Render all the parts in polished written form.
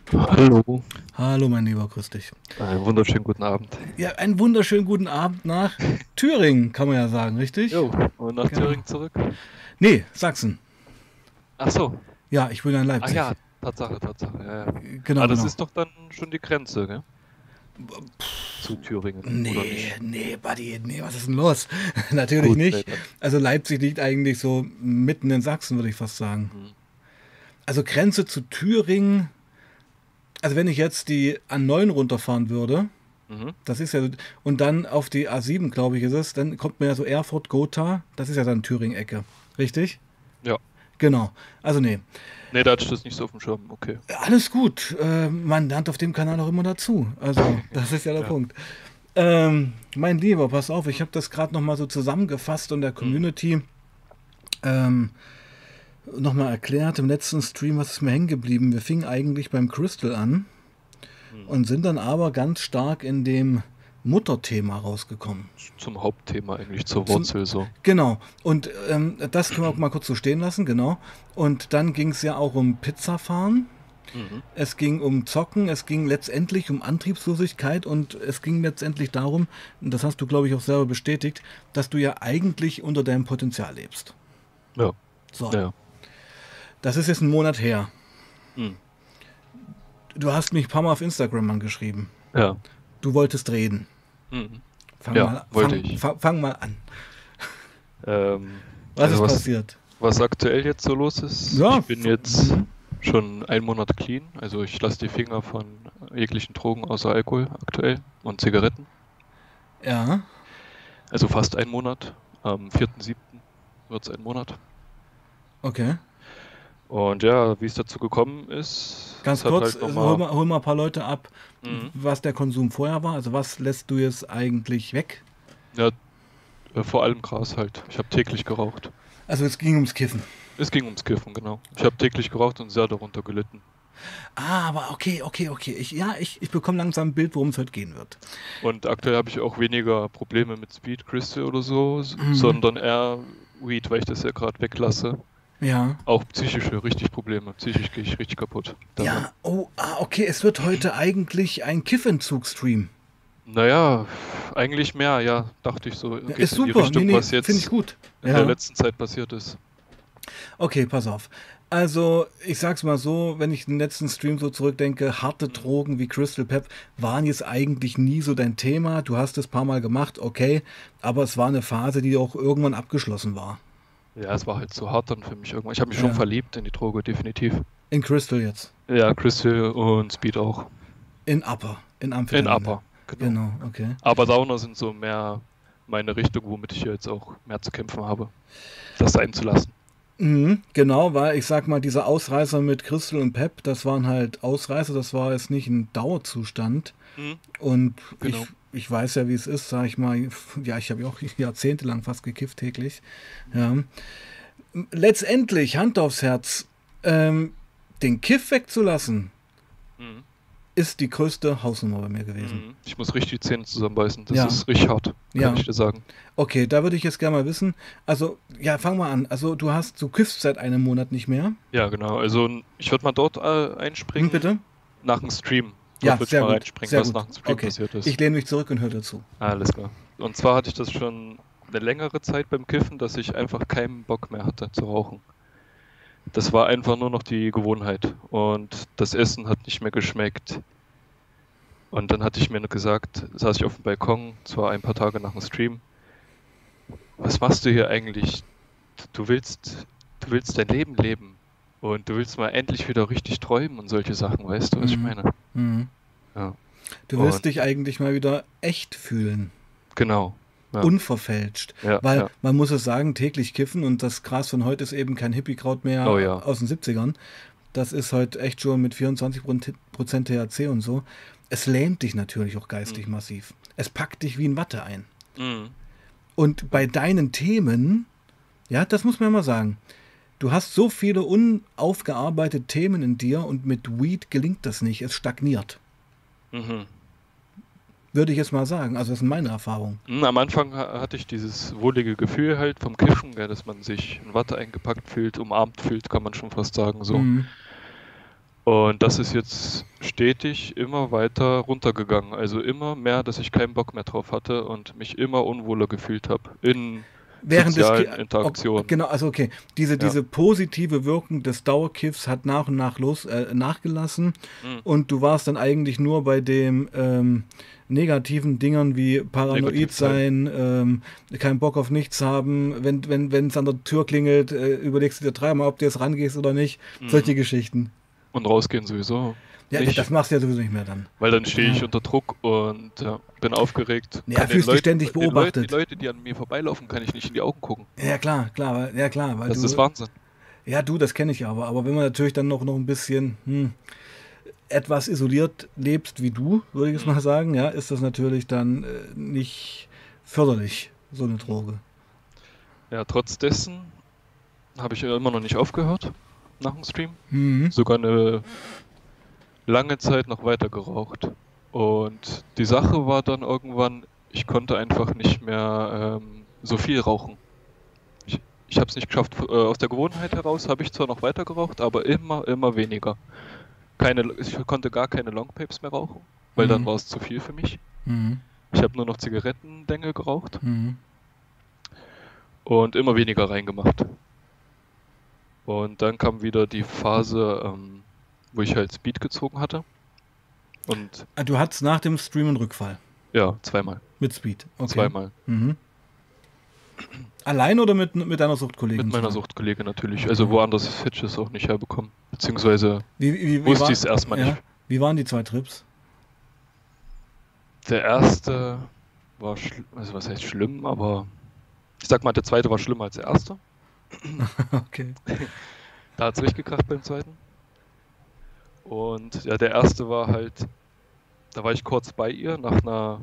Hallo, Hallo, mein Lieber, grüß dich. einen wunderschönen guten Abend. Ja, einen wunderschönen guten Abend nach Thüringen, kann man ja sagen, richtig? Jo, und nach Genau. Thüringen zurück? Nee, Sachsen. Ach so, Ja, ich bin in ach ja, Leipzig. Tatsache, Tatsache, ja, ja. Genau, Ah, das genau. ist doch dann schon die Grenze, gell? Zu Thüringen, oder Nee, nicht? nee, Buddy, nee, was ist denn los? Natürlich Gut, nee, nicht. dann. Also Leipzig liegt eigentlich so mitten in Sachsen, würde ich fast sagen. Hm. Also Grenze zu Thüringen, also wenn ich jetzt die A9 runterfahren würde, Mhm. das ist ja, und dann auf die A7, glaube ich, ist es, dann kommt man ja so Erfurt, Gotha, das ist ja dann Thüringen-Ecke. Richtig? Ja, Genau. Also nee. nee, da hatte ich das nicht so auf dem Schirm, okay. Alles gut. Man lernt auf dem Kanal auch immer dazu. Also, das ist ja der Ja. Punkt. Mein Lieber, pass auf, ich Hm. habe das gerade nochmal so zusammengefasst und der Mhm. Community ähm, nochmal erklärt. Im letzten Stream, was ist mir hängen geblieben? Wir fingen eigentlich beim Crystal an Mhm. und sind dann aber ganz stark in dem Mutterthema rausgekommen. Zum Hauptthema eigentlich, zur Zum, Wurzel so. genau. Und das können wir auch mal kurz so stehen lassen, genau. Und dann ging es ja auch um Pizzafahren. Mhm. Es ging um Zocken, es ging letztendlich um Antriebslosigkeit und es ging letztendlich darum, und das hast du, glaube ich, auch selber bestätigt, dass du ja eigentlich unter deinem Potenzial lebst. Ja, So, ja. das ist jetzt ein Monat her. Mhm. Du hast mich ein paar Mal auf Instagram angeschrieben. Ja. Du wolltest reden. Mhm. Fang Ja, mal, wollte fang, ich. fang, fang mal an. Was Also ist was passiert? Was aktuell jetzt so los ist, Ja, ich bin jetzt schon einen Monat clean, also ich lasse die Finger von jeglichen Drogen außer Alkohol aktuell und Zigaretten. ja, Also fast einen Monat. Am 4.7. wird es ein Monat. okay. Und ja, wie es dazu gekommen ist, es Ganz hat kurz, halt hol nochmal, mal, hol mal ein paar Leute ab, mhm, was der Konsum vorher war. Also was lässt du jetzt eigentlich weg? ja, vor allem Gras halt. Ich habe täglich geraucht. Also es ging ums Kiffen. Es ging ums Kiffen, genau. Ich habe täglich geraucht und sehr darunter gelitten. Ah, aber okay, okay, okay. Ich bekomme langsam ein Bild, worum es heute gehen wird. Und aktuell habe ich auch weniger Probleme mit Speed Crystal oder so, sondern eher Weed, weil ich das ja gerade weglasse. Ja. Auch psychische, richtig Probleme. Psychisch gehe ich richtig kaputt daran. Ja, oh, okay, es wird heute eigentlich ein Kiffentzug-Stream. Naja, eigentlich mehr, ja, dachte ich so, Ja, geht ist in die super. Nee, Richtung, nee, was finde ich jetzt gut. in der Ja. letzten Zeit passiert ist. Okay, pass auf. Also, ich sag's mal so, wenn ich den letzten Stream so zurückdenke, harte Mhm. Drogen wie Crystal Pep waren jetzt eigentlich nie so dein Thema. Du hast es ein paar Mal gemacht, okay, aber es war eine Phase, die auch irgendwann abgeschlossen war. Ja, es war halt zu hart dann für mich irgendwann. Ich habe mich schon Ja. verliebt in die Droge, definitiv. In Crystal jetzt. Ja, Crystal und Speed auch. In Upper. In In Amphetamine. Upper, genau. Genau, okay. Aber Downer sind so mehr meine Richtung, womit ich jetzt auch mehr zu kämpfen habe. Das sein zu lassen. Mhm, genau, weil ich sag mal, diese Ausreißer mit Crystal und Pep, das waren halt Ausreißer, das war jetzt nicht ein Dauerzustand. Mhm, Und genau. ich weiß ja, wie es ist, sag ich mal, ja, ich habe ja auch jahrzehntelang fast gekifft täglich. Ja. Letztendlich, Hand aufs Herz, den Kiff wegzulassen, Mhm. ist die größte Hausnummer bei mir gewesen. Mhm. Ich muss richtig die Zähne zusammenbeißen. Das Ja, ist richtig hart, kann ja. ich dir sagen. Okay, da würde ich jetzt gerne mal wissen. Also, ja, fang mal an. Also, du kiffst seit einem Monat nicht mehr. Ja, genau. Also ich würde mal dort Hm, einspringen bitte? nach dem Stream. Ja, Dort würde ich sehr mal gut, reinspringen, sehr was nach gut. dem Stream Okay, passiert ist. ich lehne mich zurück und höre dazu. Alles klar. Und zwar hatte ich das schon eine längere Zeit beim Kiffen, dass ich einfach keinen Bock mehr hatte zu rauchen. Das war einfach nur noch die Gewohnheit. Und das Essen hat nicht mehr geschmeckt. Und dann hatte ich mir gesagt, saß ich auf dem Balkon, zwar ein paar Tage nach dem Stream. Was machst du hier eigentlich? Du du willst dein Leben leben. Und du willst mal endlich wieder richtig träumen und solche Sachen, weißt du, was ich Mhm. meine? Mhm. Ja. Du willst Und dich eigentlich mal wieder echt fühlen. genau. Ja, Unverfälscht. ja, Weil ja. man muss es sagen, täglich kiffen und das Gras von heute ist eben kein Hippie-Kraut Oh mehr ja. aus den 70ern. Das ist heute echt schon mit 24% THC und so. Es lähmt dich natürlich auch geistig Mhm. massiv. Es packt dich wie in Watte ein. Mhm. Und bei Und deinen Themen, ja, das muss man ja mal sagen, du hast so viele unaufgearbeitete Themen in dir und mit Weed gelingt das nicht. Es stagniert. mhm. Würde ich jetzt mal sagen. Also das ist meine Erfahrung. Am Anfang hatte ich dieses wohlige Gefühl halt vom Kiffen, gell, dass man sich in Watte eingepackt fühlt, umarmt fühlt, kann man schon fast sagen, so. Mhm. Und das ist jetzt stetig immer weiter runtergegangen. Also immer mehr, dass ich keinen Bock mehr drauf hatte und mich immer unwohler gefühlt habe in Während des sozialen Interaktionen. genau, also okay, Ja. diese positive Wirkung des Dauerkiffs hat nach und nach nachgelassen Hm. und du warst dann eigentlich nur bei dem negativen Dingern wie paranoid Negativ Teil. sein, keinen Bock auf nichts haben, wenn es an der Tür klingelt, überlegst du dir dreimal, ob du jetzt rangehst oder nicht, Mhm. solche Geschichten. Und rausgehen sowieso Ja, das nicht, machst du ja sowieso nicht mehr dann. weil dann stehe Ja, ich unter Druck und ja, bin aufgeregt. ja fühlst dich ständig Die beobachtet. Leute, die an mir vorbeilaufen, kann ich nicht in die Augen gucken. Ja, klar, klar, ja klar, weil Das ist du, Wahnsinn. ja du, das kenne ich aber wenn man natürlich dann noch ein bisschen, etwas isoliert lebst wie du, würde ich jetzt Mhm. mal sagen, ja, ist das natürlich dann nicht förderlich, so eine Droge. Ja, trotz dessen habe ich ja immer noch nicht aufgehört nach dem Stream. Mhm. Sogar eine lange Zeit noch weiter geraucht. Und die Sache war dann irgendwann, ich konnte einfach nicht mehr so viel rauchen. Ich habe es nicht geschafft. Aus der Gewohnheit heraus habe ich zwar noch weiter geraucht, aber immer weniger. Ich konnte gar keine Longpipes mehr rauchen, weil dann Mhm. war es zu viel für mich. Mhm. Ich habe nur noch Zigarettenstängel geraucht Mhm. und immer weniger reingemacht. Und dann kam wieder die Phase, wo ich halt Speed gezogen hatte. Und Ah, du hattest nach dem Stream einen Rückfall ja, zweimal. mit Speed. Okay. Zweimal. Mhm. Allein oder mit deiner Suchtkollegin Mit meiner zusammen? Suchtkollegin natürlich. Also woanders hätte ich es auch nicht herbekommen. Beziehungsweise Wie wusste ich es erstmal ja, nicht. wie waren die zwei Trips? Der erste war, also was heißt schlimm, aber ich sag mal, der zweite war schlimmer als der erste. Okay. Da hat es richtig gekracht beim zweiten. Und ja, der erste war halt, da war ich kurz bei ihr nach einer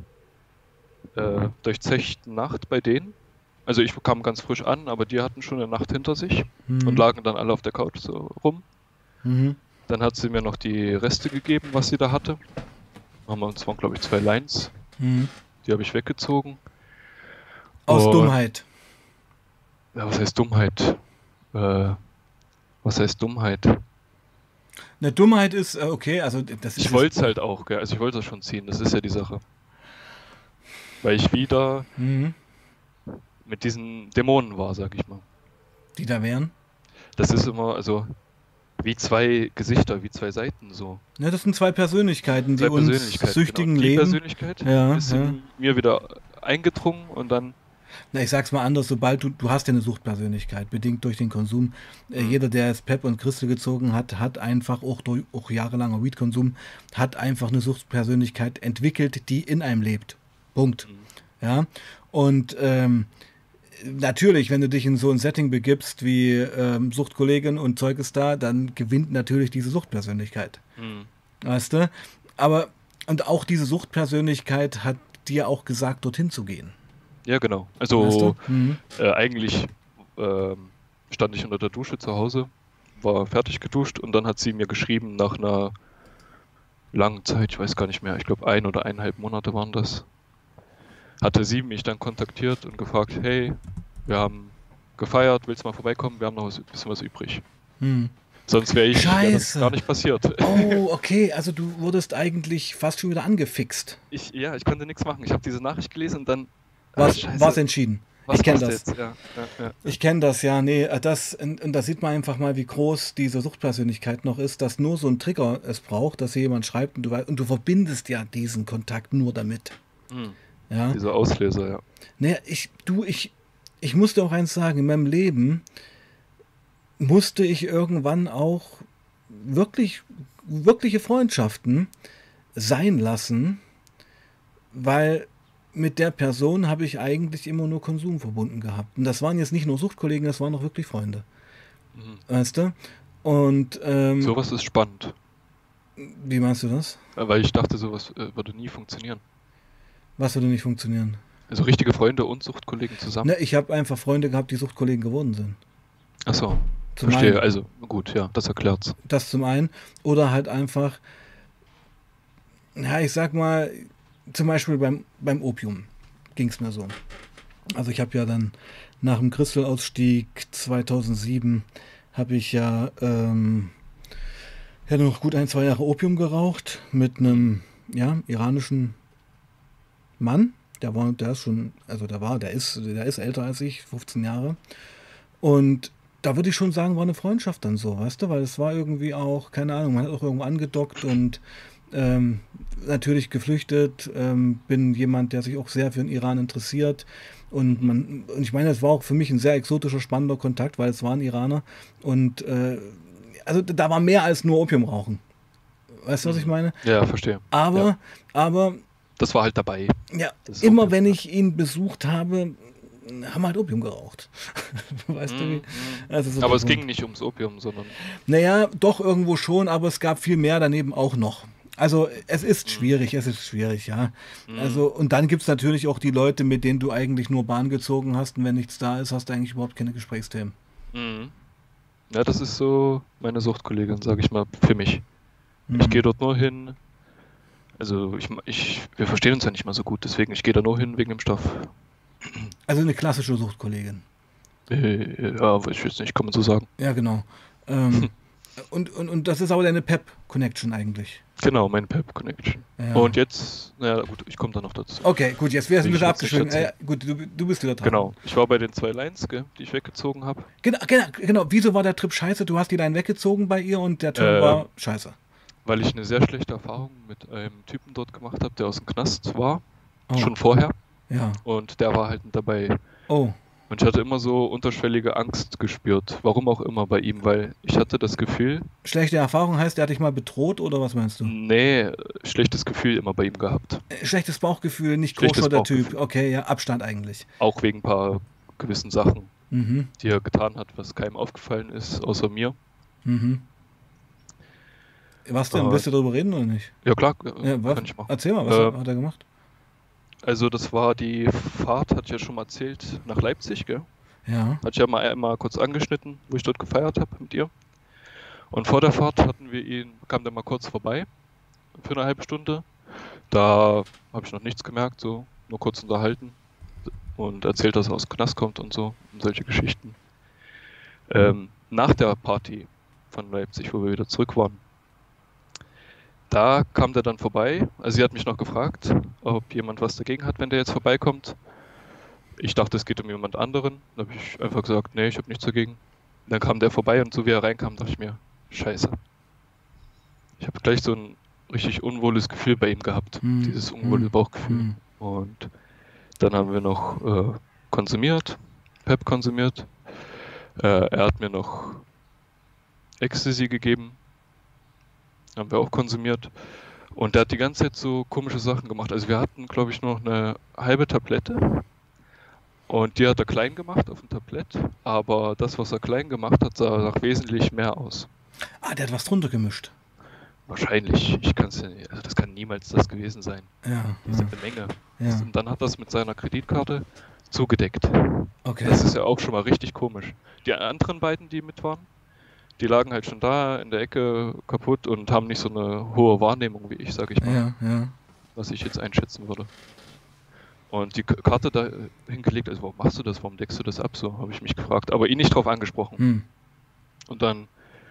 durchzechten Nacht bei denen. Also ich kam ganz frisch an, aber die hatten schon eine Nacht hinter sich und Mhm. lagen dann alle auf der Couch so rum. Mhm. Dann hat sie mir noch die Reste gegeben, was sie da hatte. Es waren glaube ich 2 Lines, Mhm. die habe ich weggezogen. Aus Und Dummheit. ja, was heißt Dummheit? Was heißt Dummheit? Eine Dummheit ist, okay, also das ist Ich wollte es halt auch, gell? Also ich wollte es schon ziehen, das ist ja die Sache. Weil ich wieder Mhm. mit diesen Dämonen war, sag ich mal. Die da wären. Das ist immer, also wie 2 Gesichter, wie 2 Seiten so. Ja, das sind zwei Persönlichkeiten, die 2 uns Persönlichkeiten, genau. süchtigen Die Leben. Persönlichkeit Ja, ist ja. in mir wieder eingedrungen und dann, Na, ich sag's mal anders, sobald du hast ja eine Suchtpersönlichkeit, bedingt durch den Konsum. Jeder, der jetzt Pep und Crystal gezogen hat, hat einfach auch durch auch jahrelanger Weed-Konsum, hat einfach eine Suchtpersönlichkeit entwickelt, die in einem lebt. Punkt. Ja. Und natürlich, wenn du dich in so ein Setting begibst wie Suchtkollegin und Zeug ist da, dann gewinnt natürlich diese Suchtpersönlichkeit. Weißt du? Aber, und auch diese Suchtpersönlichkeit hat dir auch gesagt, dorthin zu gehen. ja genau. Weißt du? Also Mhm. eigentlich stand ich unter der Dusche zu Hause, war fertig geduscht und dann hat sie mir geschrieben nach einer langen Zeit, ich weiß gar nicht mehr, ich glaube 1 oder 1,5 Monate waren das, hatte sie mich dann kontaktiert und gefragt, hey, wir haben gefeiert, willst du mal vorbeikommen, wir haben noch ein bisschen was übrig. Mhm. Sonst wäre das Scheiße. gar nicht passiert. Oh, okay, also du wurdest eigentlich fast schon wieder angefixt. Ich konnte nichts machen. Ich habe diese Nachricht gelesen und dann, War's entschieden. was Ich kenne machst du das. jetzt? Ja. Ich kenne das, ja. Nee, und da sieht man einfach mal, wie groß diese Suchtpersönlichkeit noch ist, dass nur so ein Trigger es braucht, dass hier jemand schreibt und du verbindest ja diesen Kontakt nur damit. Ja. Dieser Auslöser, ja. Naja, ich musste auch eins sagen, in meinem Leben musste ich irgendwann auch wirkliche Freundschaften sein lassen, weil mit der Person habe ich eigentlich immer nur Konsum verbunden gehabt. Und das waren jetzt nicht nur Suchtkollegen, das waren auch wirklich Freunde. Weißt du? Und Sowas ist spannend. wie meinst du das? Weil ich dachte, sowas würde nie funktionieren. Was würde nicht funktionieren? Also richtige Freunde und Suchtkollegen zusammen. Ne, ich habe einfach Freunde gehabt, die Suchtkollegen geworden sind. Achso, Zum verstehe. einen. Also gut, ja, das erklärt's. Das zum einen. Oder halt einfach, ja, ich sag mal, zum Beispiel beim Opium ging es mir so. Also ich habe ja dann nach dem Crystal-Ausstieg 2007 habe ich ja Er hat noch gut 1, 2 Jahre Opium geraucht mit einem, ja, iranischen Mann. Der ist schon, also der ist älter als ich, 15 Jahre. Und da würde ich schon sagen, war eine Freundschaft dann so, weißt du, weil es war irgendwie auch, keine Ahnung, man hat auch irgendwo angedockt und ähm, natürlich geflüchtet, bin jemand, der sich auch sehr für den Iran interessiert. Und ich meine, es war auch für mich ein sehr exotischer, spannender Kontakt, weil es waren Iraner. Und also da war mehr als nur Opium rauchen. Weißt du, was ich Mhm. meine? Ja, verstehe. Ja, Aber, aber, das war halt dabei. ja, Das immer Opium. wenn Ja. ich ihn besucht habe, haben wir halt Opium geraucht. Weißt du wie? Mhm. Mhm. Also so Aber der es ging Punkt. nicht ums Opium, sondern. Naja, doch irgendwo schon, aber es gab viel mehr daneben auch noch. Also Mhm. es ist schwierig, ja. Mhm. Also, und dann gibt es natürlich auch die Leute, mit denen du eigentlich nur Bahn gezogen hast und wenn nichts da ist, hast du eigentlich überhaupt keine Gesprächsthemen. Mhm. Ja, das ist so meine Suchtkollegin, sage ich mal, für mich. Ich Hm. gehe dort nur hin. Also wir verstehen uns ja nicht mal so gut, deswegen ich gehe da nur hin wegen dem Stoff. Also eine klassische Suchtkollegin. Ja, ich will es nicht, kann man so sagen. Ja, genau. Ähm, und das ist aber deine Pep-Connection eigentlich. Genau, mein Pep Connection. Ja. Und jetzt, naja, gut, ich komme da noch dazu. Okay, gut, jetzt wäre es ein Will ich bisschen jetzt nicht abgeschwiegen. erzählen. Gut, du bist wieder dran. Genau, ich war bei den 2 Lines, gell, die ich weggezogen habe. Genau. Wieso war der Trip scheiße? Du hast die dann weggezogen bei ihr und der Trip Ähm, war scheiße. weil ich eine sehr schlechte Erfahrung mit einem Typen dort gemacht habe, der aus dem Knast war, Oh, schon vorher. ja. Und der war halt mit dabei. Oh, Und ich hatte immer so unterschwellige Angst gespürt. Warum auch immer bei ihm, weil ich hatte das Gefühl, schlechte Erfahrung heißt, er hat dich mal bedroht oder was meinst du? nee, schlechtes Gefühl immer bei ihm gehabt. Schlechtes Bauchgefühl, nicht Schlechtes koscher der Typ. Bauchgefühl. Okay, ja, Abstand eigentlich. Auch wegen ein paar gewissen Sachen, Mhm, die er getan hat, was keinem aufgefallen ist, außer mir. mhm. Was denn? Willst Und du darüber reden oder nicht? ja klar, Ja, was? kann ich machen. Erzähl mal, was Ähm, hat er gemacht? also das war die Fahrt, hatte ich ja schon mal erzählt, nach Leipzig, gell? Ja. Hatte ich ja mal einmal kurz angeschnitten, wo ich dort gefeiert habe mit ihr. Und vor der Fahrt kam der mal kurz vorbei, für eine halbe Stunde. Da habe ich noch nichts gemerkt, so nur kurz unterhalten und erzählt, dass er aus dem Knast kommt und so und solche Geschichten. Nach der Party von Leipzig, wo wir wieder zurück waren, da kam der dann vorbei. Also sie hat mich noch gefragt, ob jemand was dagegen hat, wenn der jetzt vorbeikommt. Ich dachte, es geht um jemand anderen. Dann habe ich einfach gesagt, nee, ich habe nichts dagegen. Dann kam der vorbei und so wie er reinkam, dachte ich mir, scheiße. Ich habe gleich so ein richtig unwohles Gefühl bei ihm gehabt. Hm, Dieses unwohle hm, Bauchgefühl. hm. Und dann haben wir noch konsumiert, Pep konsumiert. Er hat mir noch Ecstasy gegeben, haben wir auch konsumiert. Und der hat die ganze Zeit so komische Sachen gemacht. Also wir hatten, glaube ich, noch eine halbe Tablette und die hat er klein gemacht auf dem Tablett. Aber das, was er klein gemacht hat, sah nach wesentlich mehr aus. Ah, der hat was drunter gemischt. Wahrscheinlich, ich kann es ja nicht, also das kann niemals das gewesen sein. Ja, Das ist ja eine Menge. ja. Und dann hat er es mit seiner Kreditkarte zugedeckt. Okay. Das ist ja auch schon mal richtig komisch. Die anderen beiden, die mit waren, die lagen halt schon da in der Ecke kaputt und haben nicht so eine hohe Wahrnehmung wie ich, sag ich mal, Ja, ja. was ich jetzt einschätzen würde. Und die Karte da hingelegt, also warum machst du das, warum deckst du das ab, so habe ich mich gefragt, aber ihn nicht drauf angesprochen. Hm. Und dann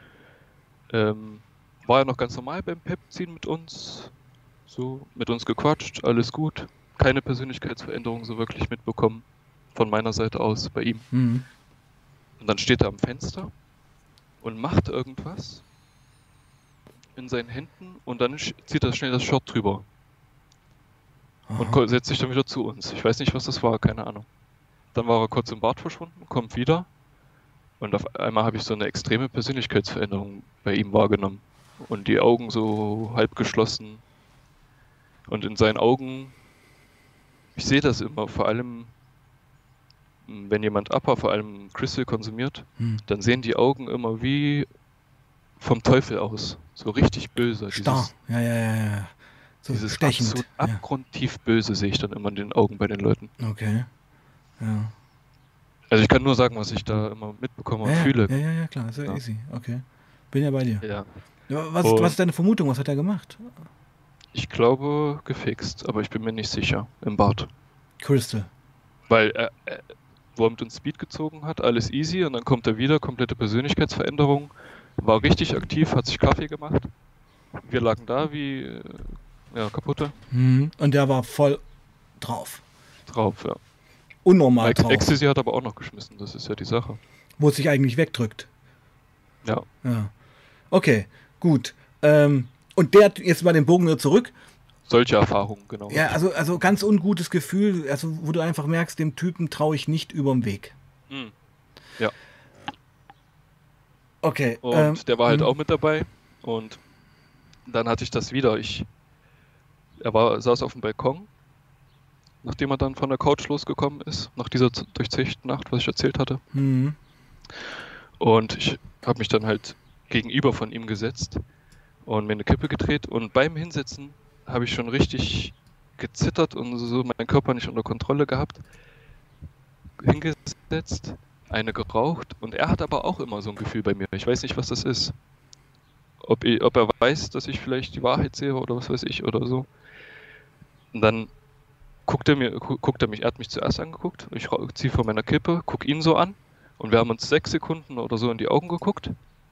ähm, war er noch ganz normal beim Pep-Ziehen mit uns, so mit uns gequatscht, alles gut, keine Persönlichkeitsveränderung so wirklich mitbekommen, von meiner Seite aus bei ihm. Hm. Und dann steht er am Fenster und macht irgendwas in seinen Händen und dann zieht er schnell das Shirt drüber und Aha. setzt sich dann wieder zu uns. Ich weiß nicht, was das war, keine Ahnung. Dann war er kurz im Bad verschwunden, kommt wieder und auf einmal habe ich so eine extreme Persönlichkeitsveränderung bei ihm wahrgenommen. Und die Augen so halb geschlossen. Und in seinen Augen, ich sehe das immer, vor allem, wenn jemand Upper, vor allem Crystal konsumiert, Hm. dann sehen die Augen immer wie vom Teufel aus. So richtig böse. Starr. Ja. So Dieses stechend. absolut Ja. abgrundtief böse sehe ich dann immer in den Augen bei den Leuten. Okay. Ja. Also ich kann nur sagen, was ich da immer mitbekomme und fühle. Ja, klar. Ist ja Ja. easy. Okay. Bin ja bei dir. Ja. Ja, was Und ist deine Vermutung? Was hat er gemacht? ich glaube gefixt, aber ich bin mir nicht sicher. Im Bad. Crystal. Weil wo er mit uns Speed gezogen hat, alles easy und dann kommt er wieder, komplette Persönlichkeitsveränderung. war richtig aktiv, hat sich Kaffee gemacht. Wir lagen da wie ja, kaputte Und der war voll drauf. drauf, ja. Unnormal drauf. Ecstasy hat aber auch noch geschmissen, das ist ja die Sache. Wo es sich eigentlich wegdrückt. Ja, Ja. Okay, gut. Und der, jetzt mal den Bogen wieder zurück. solche Erfahrungen, genau. Ja, also ganz ungutes Gefühl, also wo du einfach merkst, dem Typen traue ich nicht überm Weg. Mhm. Ja, Okay. und der war halt auch mit dabei und dann hatte ich das wieder. Saß auf dem Balkon, nachdem er dann von der Couch losgekommen ist, nach dieser durchzechten Nacht, was ich erzählt hatte. Mhm. Und ich habe mich dann halt gegenüber von ihm gesetzt und mir eine Kippe gedreht. Und beim Hinsetzen habe ich schon richtig gezittert und so meinen Körper nicht unter Kontrolle gehabt. Hingesetzt, eine geraucht. Und er hat aber auch immer so ein Gefühl bei mir. Ich weiß nicht, was das ist. Ob er weiß, dass ich vielleicht die Wahrheit sehe oder was weiß ich oder so. Und dann guckt er mich, er hat mich zuerst angeguckt. Ich ziehe von meiner Kippe, gucke ihn so an. Und wir haben uns 6 Sekunden oder so in die Augen geguckt.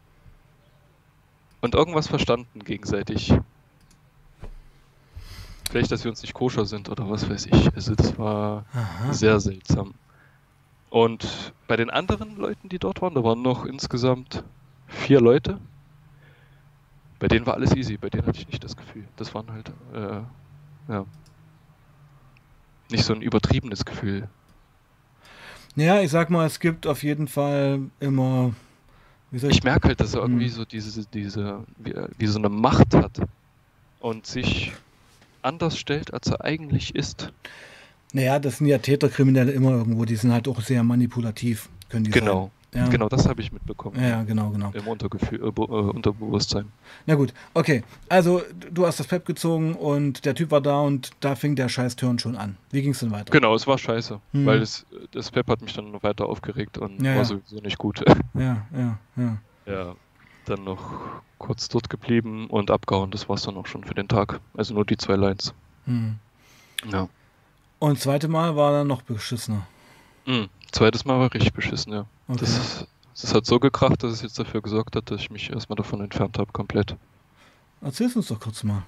Und irgendwas verstanden gegenseitig. Vielleicht, dass wir uns nicht koscher sind oder was weiß ich. Also das war sehr seltsam. Und bei den anderen Leuten, die dort waren, da waren noch insgesamt 4 Leute. Bei denen war alles easy, bei denen hatte ich nicht das Gefühl. Das waren halt, ja, nicht so ein übertriebenes Gefühl. Ja, ich sag mal, es gibt auf jeden Fall immer, wie soll Ich merke halt, dass er irgendwie so wie so eine Macht hat und sich anders stellt, als er eigentlich ist. Naja, das sind ja Täterkriminelle immer irgendwo, die sind halt auch sehr manipulativ, können die Genau. sein. Ja. Genau, das habe ich mitbekommen. Ja, genau. Im Unterbewusstsein. Na gut, okay. Also, du hast das Pep gezogen und der Typ war da und da fing der Scheiß-Turn schon an. Wie ging es denn weiter? Genau, es war scheiße, weil das Pep hat mich dann noch weiter aufgeregt und war sowieso nicht gut. Ja. Ja, dann noch kurz dort geblieben und abgehauen. Das war's dann auch schon für den Tag. Also nur die 2 Lines. Ja. Und das zweite Mal war dann noch beschissener. Zweites Mal war richtig beschissen, ja. Okay. Das hat so gekracht, dass es jetzt dafür gesorgt hat, dass ich mich erstmal davon entfernt habe, komplett. Erzähl's uns doch kurz mal.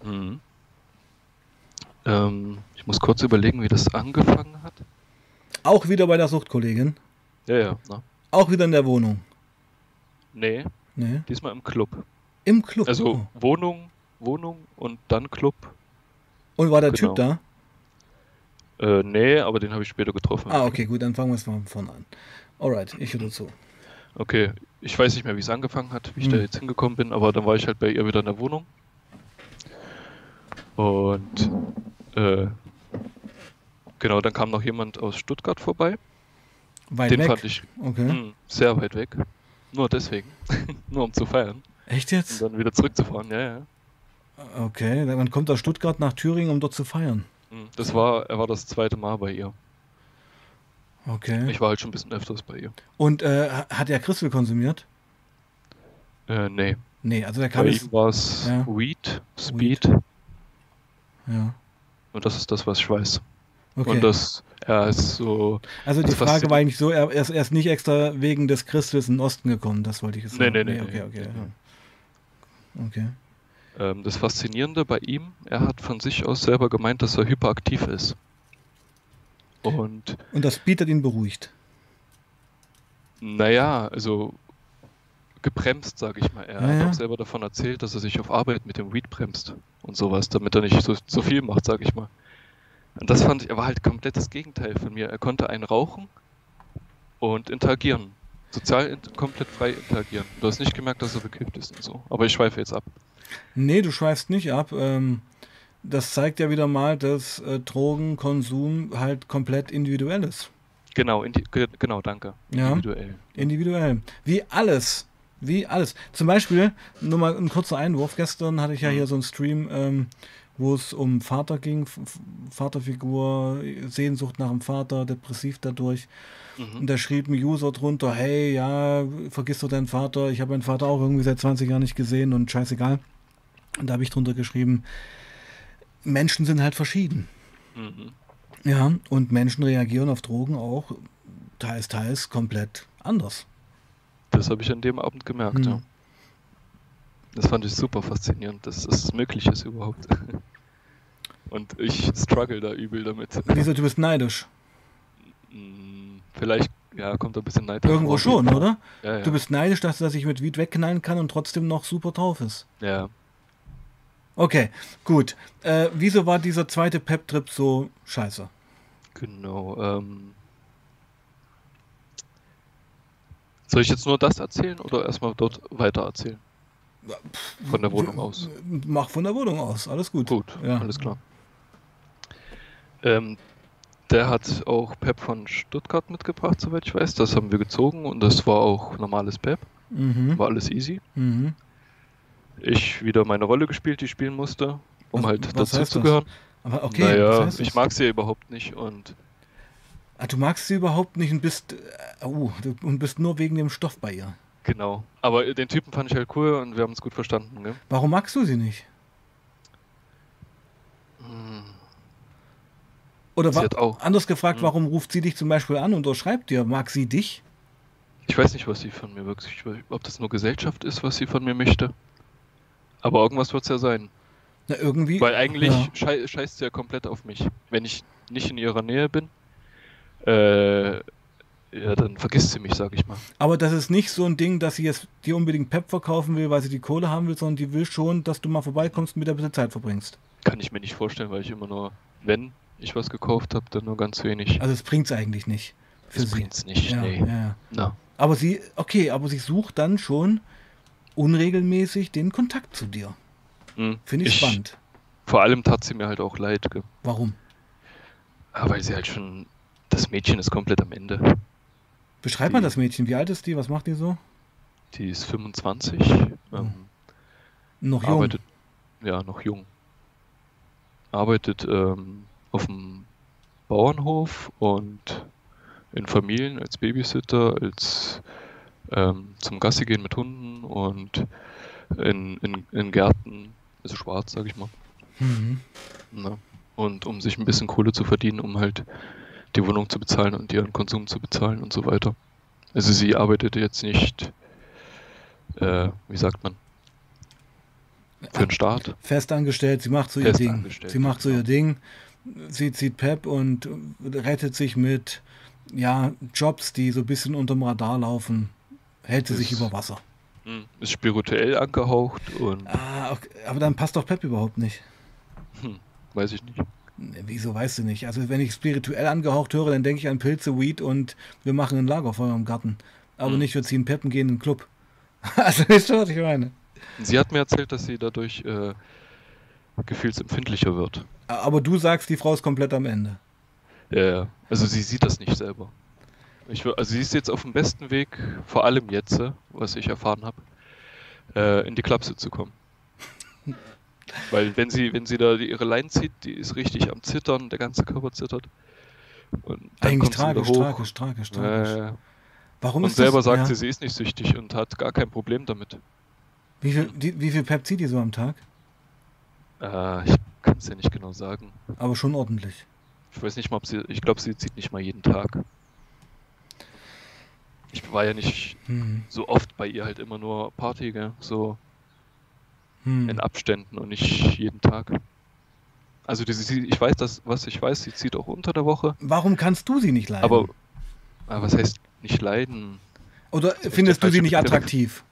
Ich muss kurz überlegen, wie das angefangen hat. Auch wieder bei der Suchtkollegin? Ja. Na. Auch wieder in der Wohnung? Nee, diesmal im Club. Im Club? Also Wohnung und dann Club. Und war der Typ da? Nee, aber den habe ich später getroffen. Okay, gut, dann fangen wir es mal von vorne an. Alright, ich höre zu. Okay, ich weiß nicht mehr, wie es angefangen hat, wie ich da jetzt hingekommen bin, aber dann war ich halt bei ihr wieder in der Wohnung. Und genau, dann kam noch jemand aus Stuttgart vorbei. Weit Den weg? fand ich sehr weit weg. Nur deswegen. Nur um zu feiern. Echt jetzt? Und dann wieder zurückzufahren, ja. Okay, dann kommt er Stuttgart nach Thüringen, um dort zu feiern. Er war das 2. Mal bei ihr. Okay. Ich war halt schon ein bisschen öfters bei ihr. Und hat er Crystal konsumiert? Nee. Nee, also der kam Bei ihm war es Weed, Speed. Ja. Und das ist das, was ich weiß. Okay. Und er ist so... Also die Frage war eigentlich so, er ist nicht extra wegen des Crystals in den Osten gekommen, das wollte ich jetzt sagen. Nee. Okay. Das Faszinierende bei ihm, er hat von sich aus selber gemeint, dass er hyperaktiv ist. Und das Speed hat ihn beruhigt? Naja, also gebremst, sage ich mal. Er hat auch selber davon erzählt, dass er sich auf Arbeit mit dem Weed bremst und sowas, damit er nicht so viel macht, sage ich mal. Und das fand ich, er war halt komplett das Gegenteil von mir. Er konnte einen rauchen und interagieren. Sozial komplett frei interagieren. Du hast nicht gemerkt, dass er bekifft ist und so. Aber ich schweife jetzt ab. Nee, du schweifst nicht ab. Das zeigt ja wieder mal, dass Drogenkonsum halt komplett individuell ist. Genau, danke. Ja, individuell. Wie alles. Zum Beispiel, nur mal ein kurzer Einwurf. Gestern hatte ich ja hier so einen Stream, wo es um Vater ging, Vaterfigur, Sehnsucht nach dem Vater, depressiv dadurch. Und da schrieb ein User drunter, hey, ja, vergiss doch deinen Vater, ich habe meinen Vater auch irgendwie seit 20 Jahren nicht gesehen und scheißegal. Und da habe ich drunter geschrieben, Menschen sind halt verschieden. Ja, und Menschen reagieren auf Drogen auch teils komplett anders. Das habe ich an dem Abend gemerkt, ja. Das fand ich super faszinierend, dass das möglich ist überhaupt. Und ich struggle da übel damit. Wieso, du bist neidisch? Vielleicht, ja, kommt ein bisschen Neid Irgendwo davor. schon, oder? Ja, Du ja. bist neidisch, dass er sich mit Weed wegknallen kann und trotzdem noch super drauf ist. Ja. Okay, gut. Wieso war dieser zweite Pep-Trip so scheiße? Genau. Soll ich jetzt nur das erzählen oder erstmal dort weiter erzählen? Von der Wohnung aus. Mach von der Wohnung aus, alles gut. Gut, Ja. alles klar. Der hat auch Pep von Stuttgart mitgebracht, soweit ich weiß. Das haben wir gezogen und das war auch normales Pep. Mhm. War alles easy. Mhm. Ich wieder meine Rolle gespielt, die ich spielen musste, um halt was dazu heißt zu das? gehören. Aber okay, Naja, was heißt das? ich mag sie überhaupt nicht und Du magst sie überhaupt nicht und bist nur wegen dem Stoff bei ihr. genau. Aber den Typen fand ich halt cool und wir haben uns gut verstanden, ne? Warum magst du sie nicht? Oder Sie hat auch. anders gefragt, warum ruft sie dich zum Beispiel an oder schreibt dir? Mag sie dich? Ich weiß nicht, was sie von mir wirklich, ob das nur Gesellschaft ist, was sie von mir möchte. Aber irgendwas wird es ja sein. Na, irgendwie. Weil eigentlich Ja. scheißt sie ja komplett auf mich. Wenn ich nicht in ihrer Nähe bin, ja, dann vergisst sie mich, sag ich mal. Aber das ist nicht so ein Ding, dass sie jetzt dir unbedingt Pep verkaufen will, weil sie die Kohle haben will, sondern die will schon, dass du mal vorbeikommst und mit der ein bisschen Zeit verbringst. Kann ich mir nicht vorstellen, weil ich immer nur, wenn ich was gekauft habe, dann nur ganz wenig. Also es bringt's eigentlich nicht. Für Das sie. bringt's nicht, Ja, nee. ja. Na, Aber sie sucht dann schon unregelmäßig den Kontakt zu dir. Finde ich spannend. Vor allem tat sie mir halt auch leid, gell? Warum? Weil sie halt schon, das Mädchen ist komplett am Ende. Beschreib mal das Mädchen. Wie alt ist die? Was macht die so? Die ist 25, Noch jung. arbeitet, ja, noch jung. Arbeitet auf dem Bauernhof und in Familien als Babysitter, als zum Gassi gehen mit Hunden und in Gärten, also schwarz, sag ich mal. Mhm. Na, und um sich ein bisschen Kohle zu verdienen, um halt die Wohnung zu bezahlen und ihren Konsum zu bezahlen und so weiter. Also sie arbeitet jetzt nicht, wie sagt man, für den Staat. Festangestellt, sie macht so ihr Ding. Festangestellt, Sie macht so genau. ihr Ding. Sie zieht Pep und rettet sich mit Jobs, die so ein bisschen unterm Radar laufen. Hält sie sich über Wasser. Ist spirituell angehaucht und Okay. Aber dann passt doch Pep überhaupt nicht. weiß ich nicht. Wieso, weißt du nicht? Also wenn ich spirituell angehaucht höre, dann denke ich an Pilze, Weed und wir machen ein Lagerfeuer im Garten. Aber nicht, wir ziehen Peppen, gehen in den Club. Also weißt du, was ich meine? Sie hat mir erzählt, dass sie dadurch gefühlsempfindlicher wird. Aber du sagst, die Frau ist komplett am Ende. Ja, also sie sieht das nicht selber. Also sie ist jetzt auf dem besten Weg, vor allem jetzt, was ich erfahren habe, in die Klapse zu kommen. Weil wenn sie da ihre Leine zieht, die ist richtig am Zittern, der ganze Körper zittert. Und dann Eigentlich kommt sie wieder hoch. tragisch. Warum Und ist selber das? sagt sie ist nicht süchtig und hat gar kein Problem damit. Wie viel Pep zieht die so am Tag? Ich kann es ja nicht genau sagen. Aber schon ordentlich. Ich weiß nicht mal, ich glaube, sie zieht nicht mal jeden Tag. Ich war ja nicht so oft bei ihr, halt immer nur Party, gell? So in Abständen und nicht jeden Tag. Also ich weiß, was ich weiß, sie zieht auch unter der Woche. Warum kannst du sie nicht leiden? Aber was heißt nicht leiden? Oder findest du sie nicht attraktiv?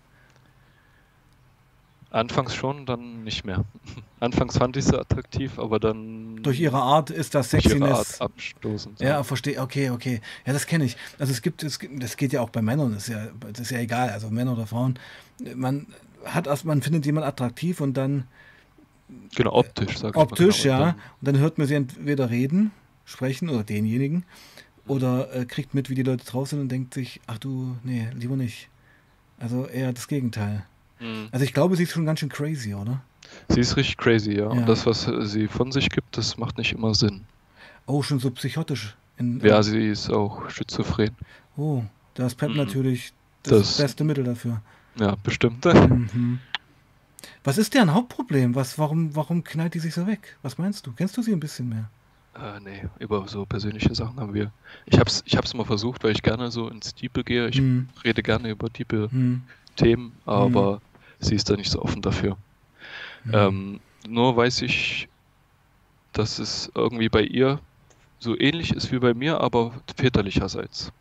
Anfangs schon, dann nicht mehr. Anfangs fand ich sie attraktiv, aber dann... Durch ihre Art ist das durch ihre Sexiness... Art abstoßend. Ja, verstehe. Okay. Ja, das kenne ich. Also das geht ja auch bei Männern, das ist ja egal, also Männer oder Frauen. Man findet jemanden attraktiv und dann... Genau, optisch, sag ich mal. Optisch, genau. ja. Und dann hört man sie entweder reden, sprechen oder denjenigen oder kriegt mit, wie die Leute drauf sind und denkt sich, ach du, nee, lieber nicht. Also eher das Gegenteil. Also ich glaube, sie ist schon ganz schön crazy, oder? Sie ist richtig crazy, ja. Und das, was sie von sich gibt, das macht nicht immer Sinn. Oh, schon so psychotisch. Ja, sie ist auch schizophren. Oh, da ist Pep natürlich das beste Mittel dafür. Ja, bestimmt. Was ist deren Hauptproblem? Warum knallt die sich so weg? Was meinst du? Kennst du sie ein bisschen mehr? Nee, über so persönliche Sachen haben wir... Ich hab's mal versucht, weil ich gerne so ins Tiefe gehe. Ich rede gerne über tiefe Themen, aber sie ist da nicht so offen dafür. Mhm. Nur weiß ich, dass es irgendwie bei ihr so ähnlich ist wie bei mir, aber väterlicherseits.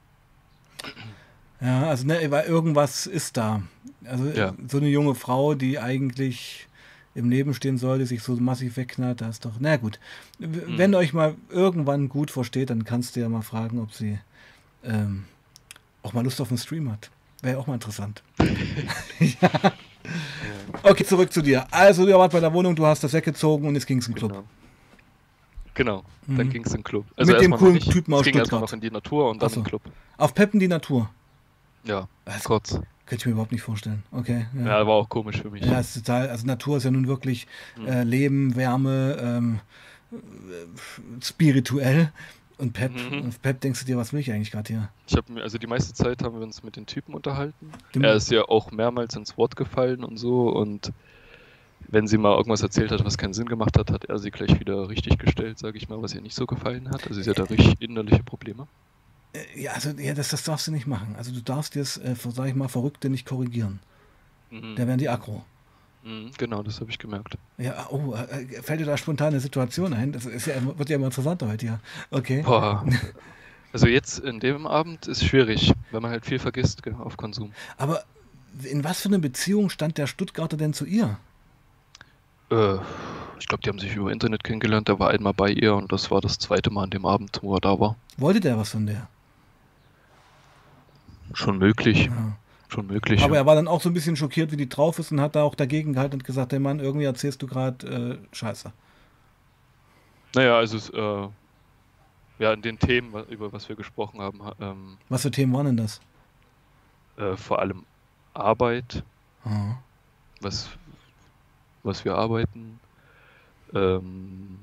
Ja, also ne, weil irgendwas ist da. Also Ja. so eine junge Frau, die eigentlich im Leben stehen sollte, sich so massiv wegknallt, da ist doch. Na gut. Wenn Mhm. ihr euch mal irgendwann gut versteht, dann kannst du ja mal fragen, ob sie ähm, auch mal Lust auf einen Stream hat. Wäre ja auch mal interessant. Ja, Okay, zurück zu dir. Also, du warst bei der Wohnung, du hast das weggezogen und jetzt ging es im Club. genau. Genau. Dann Mhm. ging es in den Club. Also Mit dem erstmal noch coolen nicht. Typen Es aus ging erstmal noch Stuttgart. in die Natur und dann in den Achso. Club. Auf Peppen die Natur. Ja, Das kurz. könnte ich mir überhaupt nicht vorstellen. Okay, ja. Ja, war auch komisch für mich. Ja, es ist total, also Natur ist ja nun wirklich Mhm. Leben, Wärme, spirituell. Mhm. Und Pep denkst du dir, was will ich eigentlich gerade hier? Ich habe mir, also die meiste Zeit haben wir uns mit den Typen unterhalten. Er Dem, ist ja auch mehrmals ins Wort gefallen und so. Und wenn sie mal irgendwas erzählt hat, was keinen Sinn gemacht hat, hat er sie gleich wieder richtig gestellt, sage ich mal, was ihr nicht so gefallen hat. Also sie hat da richtig innerliche Probleme. ja, also ja, das darfst du nicht machen. Also du darfst jetzt, sag ich mal, Verrückte nicht korrigieren. Mhm. Da werden die aggro. Mhm, genau, das habe ich gemerkt. Ja, oh, fällt dir da spontan eine Situation ein? Das ist ja, wird ja immer interessanter heute hier. Okay. Boah. Also jetzt in dem Abend ist schwierig, weil man halt viel vergisst, gell, auf Konsum. Aber in was für eine Beziehung stand der Stuttgarter denn zu ihr? Äh, Ich glaube, die haben sich über Internet kennengelernt. Der war einmal bei ihr und das war das zweite Mal an dem Abend, wo er da war. Wollte der was von der? Schon möglich. Ja. Schon möglich, Aber ja. er war dann auch so ein bisschen schockiert, wie die drauf ist und hat da auch dagegen gehalten und gesagt, hey Mann, irgendwie erzählst du gerade Scheiße. Naja, also ja, in den Themen, über was wir gesprochen haben, Was für Themen waren denn das? vor allem Arbeit, Ah. was, was wir arbeiten, ähm,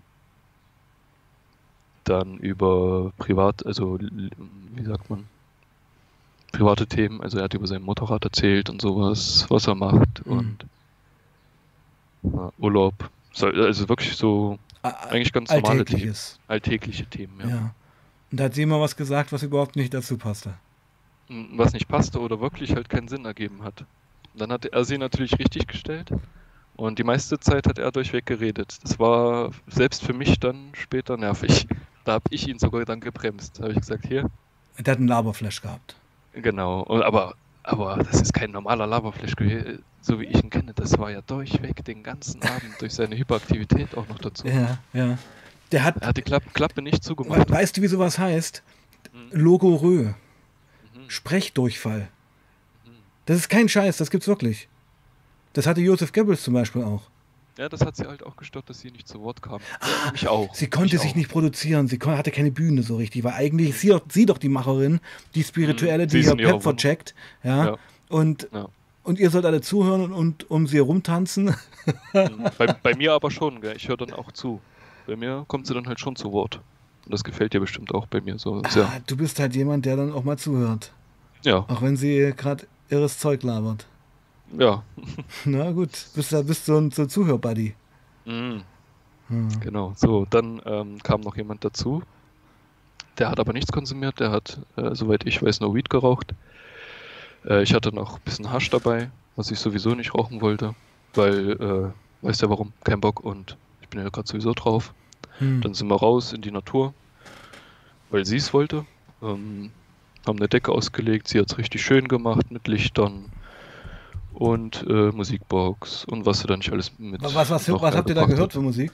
dann über privat, also wie sagt man, private Themen, also er hat über sein Motorrad erzählt und sowas, was er macht Hm. und Urlaub. Also wirklich so eigentlich ganz normale Themen, Alltägliches. alltägliche Themen, ja. Ja. Und da hat sie immer was gesagt, was überhaupt nicht dazu passte. Was nicht passte oder wirklich halt keinen Sinn ergeben hat. Und dann hat er sie natürlich richtig gestellt und die meiste Zeit hat er durchweg geredet. Das war selbst für mich dann später nervig. Da habe ich ihn sogar dann gebremst. Da habe ich gesagt, hier, Der hat einen Laberflash gehabt. genau. Aber das ist kein normaler Laberflash gewesen, so wie ich ihn kenne. Das war ja durchweg den ganzen Abend durch seine Hyperaktivität auch noch dazu. Ja, ja. Der hat, Er hat die Klappe nicht zugemacht. weißt du, wie sowas heißt? Mhm. Logorö. Mhm. Sprechdurchfall. Mhm. Das ist kein Scheiß, das gibt's wirklich. Das hatte Joseph Goebbels zum Beispiel auch. Ja, das hat sie halt auch gestört, dass sie nicht zu Wort kam. Ja, mich auch. Sie konnte Mich sich auch. nicht produzieren, hatte keine Bühne so richtig, weil eigentlich ist sie doch die Macherin, die Spirituelle, Sie die ist ihr in ihrer Pep Wohnung. vercheckt, ja, Ja, und, ja. und ihr sollt alle zuhören und um sie herumtanzen. Bei mir aber schon, gell? Ich höre dann auch zu. Bei mir kommt sie dann halt schon zu Wort. Und das gefällt dir bestimmt auch bei mir so sehr. Du bist halt jemand, der dann auch mal zuhört, Ja, auch wenn sie gerade irres Zeug labert. ja. Na gut, bist so ein Zuhörbuddy. Mhm. Hm. Genau. So, dann kam noch jemand dazu. Der hat aber nichts konsumiert. Der hat, soweit ich weiß, nur Weed geraucht. Ich hatte noch ein bisschen Hasch dabei, was ich sowieso nicht rauchen wollte. Weil, weißt ja warum, kein Bock und ich bin ja gerade sowieso drauf. Hm. Dann sind wir raus in die Natur, weil sie es wollte. Haben eine Decke ausgelegt, sie hat es richtig schön gemacht mit Lichtern und Musikbox und was sie da nicht alles mit Was noch habt ihr da hergebracht gehört hat. für Musik?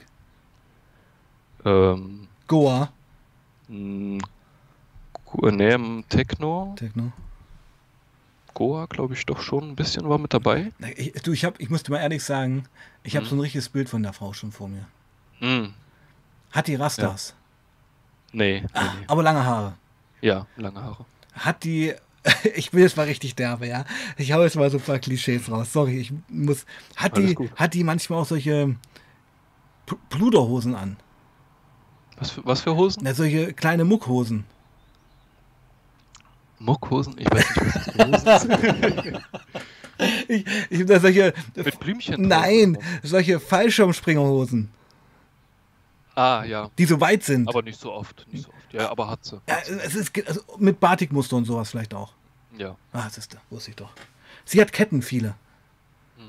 Ähm, Goa. Techno, Techno. Goa, glaube ich, doch schon ein bisschen war mit dabei. Ich musste mal ehrlich sagen, ich habe Mhm. so ein richtiges Bild von der Frau schon vor mir. Mhm. Hat die Rastas, Nee, nee. aber lange Haare. Ja, lange Haare. Hat die, ich will jetzt mal richtig derbe, ja. Ich hau jetzt mal so ein paar Klischees raus. Sorry, ich muss. Alles gut. Hat die manchmal auch solche Pluderhosen an? Was für Hosen? Na, solche kleine Muckhosen. Muckhosen? Ich weiß nicht, was das für Hosen sind. Ich habe da solche. Mit Blümchen drauf. Nein, solche Fallschirmspringerhosen, Ah, ja. die so weit sind. Aber nicht so oft. Nicht so oft. Ja, aber hat sie. Ja, es ist also mit Batikmuster und sowas vielleicht auch. Ja. Ah, das ist da, wusste ich doch. Sie hat Ketten, viele.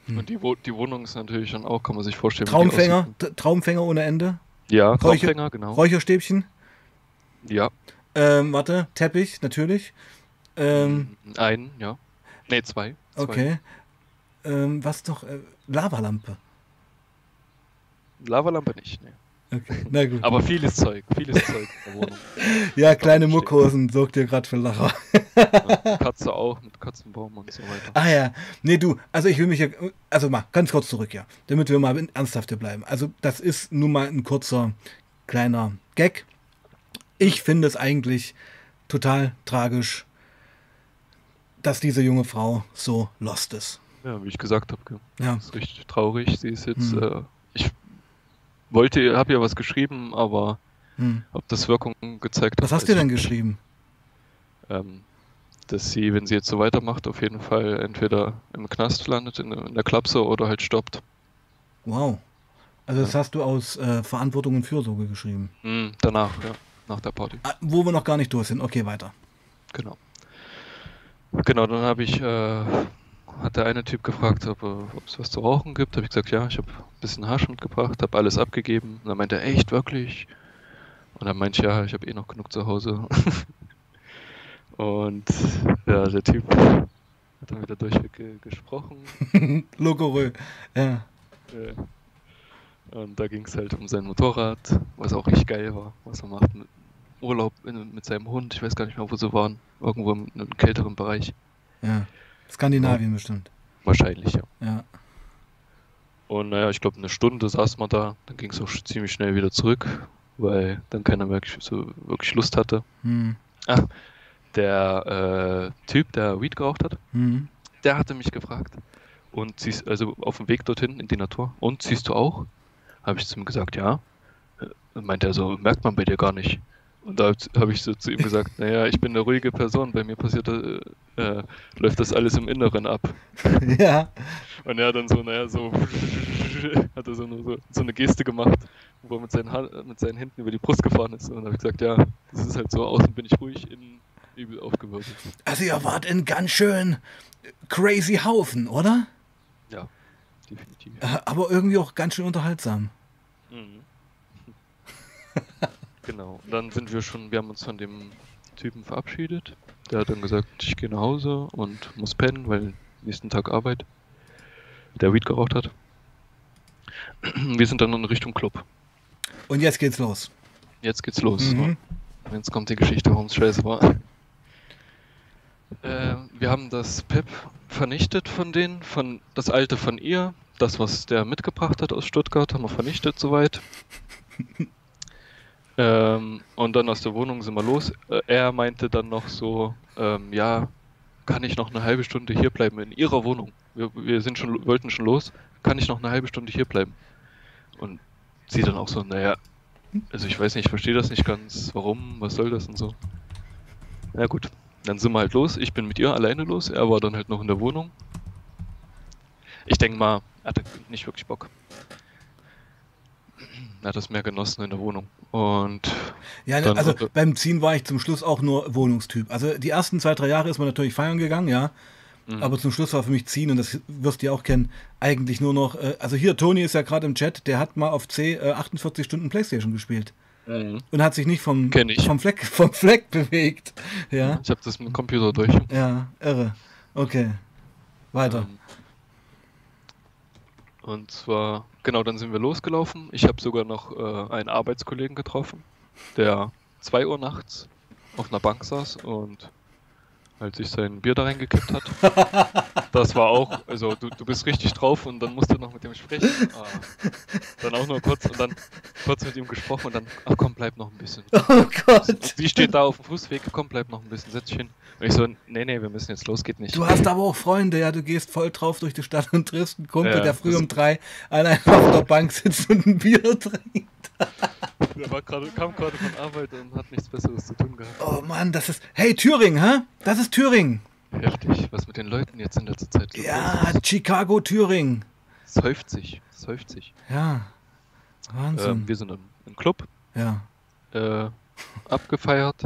Und die Wohnung ist natürlich dann auch, kann man sich vorstellen, wie die Traumfänger, aussieht. Traumfänger ohne Ende. Ja, Traumfänger, genau. Räucherstäbchen. Ja. Warte, Teppich, natürlich. Einen, ja. Nee, zwei. Okay. Was noch? Lavalampe. Lavalampe nicht, nee. Okay, na gut. Aber vieles Zeug in der Wohnung. Ja, kleine Muckhosen, sorgt dir gerade für Lacher. Ja, Katze auch, mit Katzenbaum und so weiter. Ah ja, nee, du, also ich will mich ja, also mal ganz kurz zurück, ja, damit wir mal ernsthafter bleiben. Also das ist nun mal ein kurzer, kleiner Gag. Ich finde es eigentlich total tragisch, dass diese junge Frau so lost ist. Ja, wie ich gesagt habe, Ja. das ist richtig traurig. Sie ist jetzt, ich habe ja was geschrieben, aber ob das Wirkung gezeigt hat. Was hast du denn geschrieben? Dass sie, wenn sie jetzt so weitermacht, auf jeden Fall entweder im Knast landet, in der Klapse oder halt stoppt. Wow. Also das hast du aus Verantwortung und Fürsorge geschrieben. Danach, ja, nach der Party. Wo wir noch gar nicht durch sind. Okay, weiter. Genau. Genau, dann hat der eine Typ gefragt, ob es was zu rauchen gibt. Habe ich gesagt, ja, ich habe ein bisschen Hasch mitgebracht, habe alles abgegeben. Und dann meinte er, echt, wirklich? Und dann meinte ich, ja, ich habe eh noch genug zu Hause. Und ja, der Typ hat dann wieder durchweg gesprochen. Logorö, ja. Und da ging es halt um sein Motorrad, was auch richtig geil war, was er macht mit Urlaub mit seinem Hund. Ich weiß gar nicht mehr, wo sie waren. Irgendwo in einem kälteren Bereich. Ja. Skandinavien bestimmt. Wahrscheinlich, ja. Ja. Und naja, ich glaube, eine Stunde saß man da, dann ging es auch ziemlich schnell wieder zurück, weil dann keiner wirklich Lust hatte. Der Typ, der Weed geraucht hat, der hatte mich gefragt. Und also auf dem Weg dorthin in die Natur. Und siehst du auch? Habe ich zu ihm gesagt, ja. Dann meinte er so, merkt man bei dir gar nicht. Und da habe ich so zu ihm gesagt, naja, ich bin eine ruhige Person, bei mir läuft das alles im Inneren ab. Ja. Und er hat dann so, hat er so eine Geste gemacht, wo er mit seinen Händen über die Brust gefahren ist. Und dann habe ich gesagt, ja, das ist halt so, außen bin ich ruhig, innen übel aufgewirbelt. Also ihr wart ein ganz schön crazy Haufen, oder? Ja, definitiv. Aber irgendwie auch ganz schön unterhaltsam. Genau. Und dann wir haben uns von dem Typen verabschiedet. Der hat dann gesagt, ich gehe nach Hause und muss pennen, weil nächsten Tag Arbeit. Der Weed geraucht hat. Wir sind dann in Richtung Club. Und jetzt geht's los. Jetzt geht's los. Jetzt kommt die Geschichte, warum es scheiße war. Wir haben das Pep vernichtet von denen, das alte von ihr, das, was der mitgebracht hat aus Stuttgart, haben wir vernichtet soweit. Und dann aus der Wohnung sind wir los. Er meinte dann noch so, ja, kann ich noch eine halbe Stunde hier bleiben in ihrer Wohnung? Wir wollten schon los, kann ich noch eine halbe Stunde hier bleiben? Und sie dann auch so, naja, also ich weiß nicht, ich verstehe das nicht ganz, warum, was soll das und so. Na gut, dann sind wir halt los, ich bin mit ihr alleine los, er war dann halt noch in der Wohnung. Ich denke mal, er hatte nicht wirklich Bock. Er hat das mehr genossen in der Wohnung. Und ja, also beim Ziehen war ich zum Schluss auch nur Wohnungstyp. Also die ersten 2-3 Jahre ist man natürlich feiern gegangen, ja. Aber zum Schluss war für mich Ziehen, und das wirst du ja auch kennen, eigentlich nur noch, also hier, Toni ist ja gerade im Chat, der hat mal auf C 48 Stunden Playstation gespielt. Und hat sich nicht vom Fleck bewegt. Ja. Ich habe das mit dem Computer durch. Ja, irre. Okay. Weiter. Und zwar, genau, dann sind wir losgelaufen. Ich habe sogar noch einen Arbeitskollegen getroffen, der 2 Uhr nachts auf einer Bank saß und als ich sein Bier da reingekippt hat. Das war auch, also du bist richtig drauf und dann musst du noch mit ihm sprechen. Dann auch nur kurz und dann kurz mit ihm gesprochen und dann, ach komm, bleib noch ein bisschen. Oh Gott. Und sie steht da auf dem Fußweg, komm, bleib noch ein bisschen, setz dich hin. Und ich so, nee, wir müssen jetzt los, geht nicht. Du hast aber auch Freunde, ja, du gehst voll drauf durch die Stadt und triffst einen Kumpel, der früh um 3 allein auf der Bank sitzt und ein Bier trinkt. Der kam gerade von Arbeit und hat nichts Besseres zu tun gehabt. Oh Mann, das ist... Hey, Thüringen, hä? Das ist Thüringen. Heftig, was mit den Leuten jetzt in letzter Zeit so ja, ist. Chicago, Thüringen. Es häuft sich. Ja, Wahnsinn. Wir sind im Club. Ja. Abgefeiert.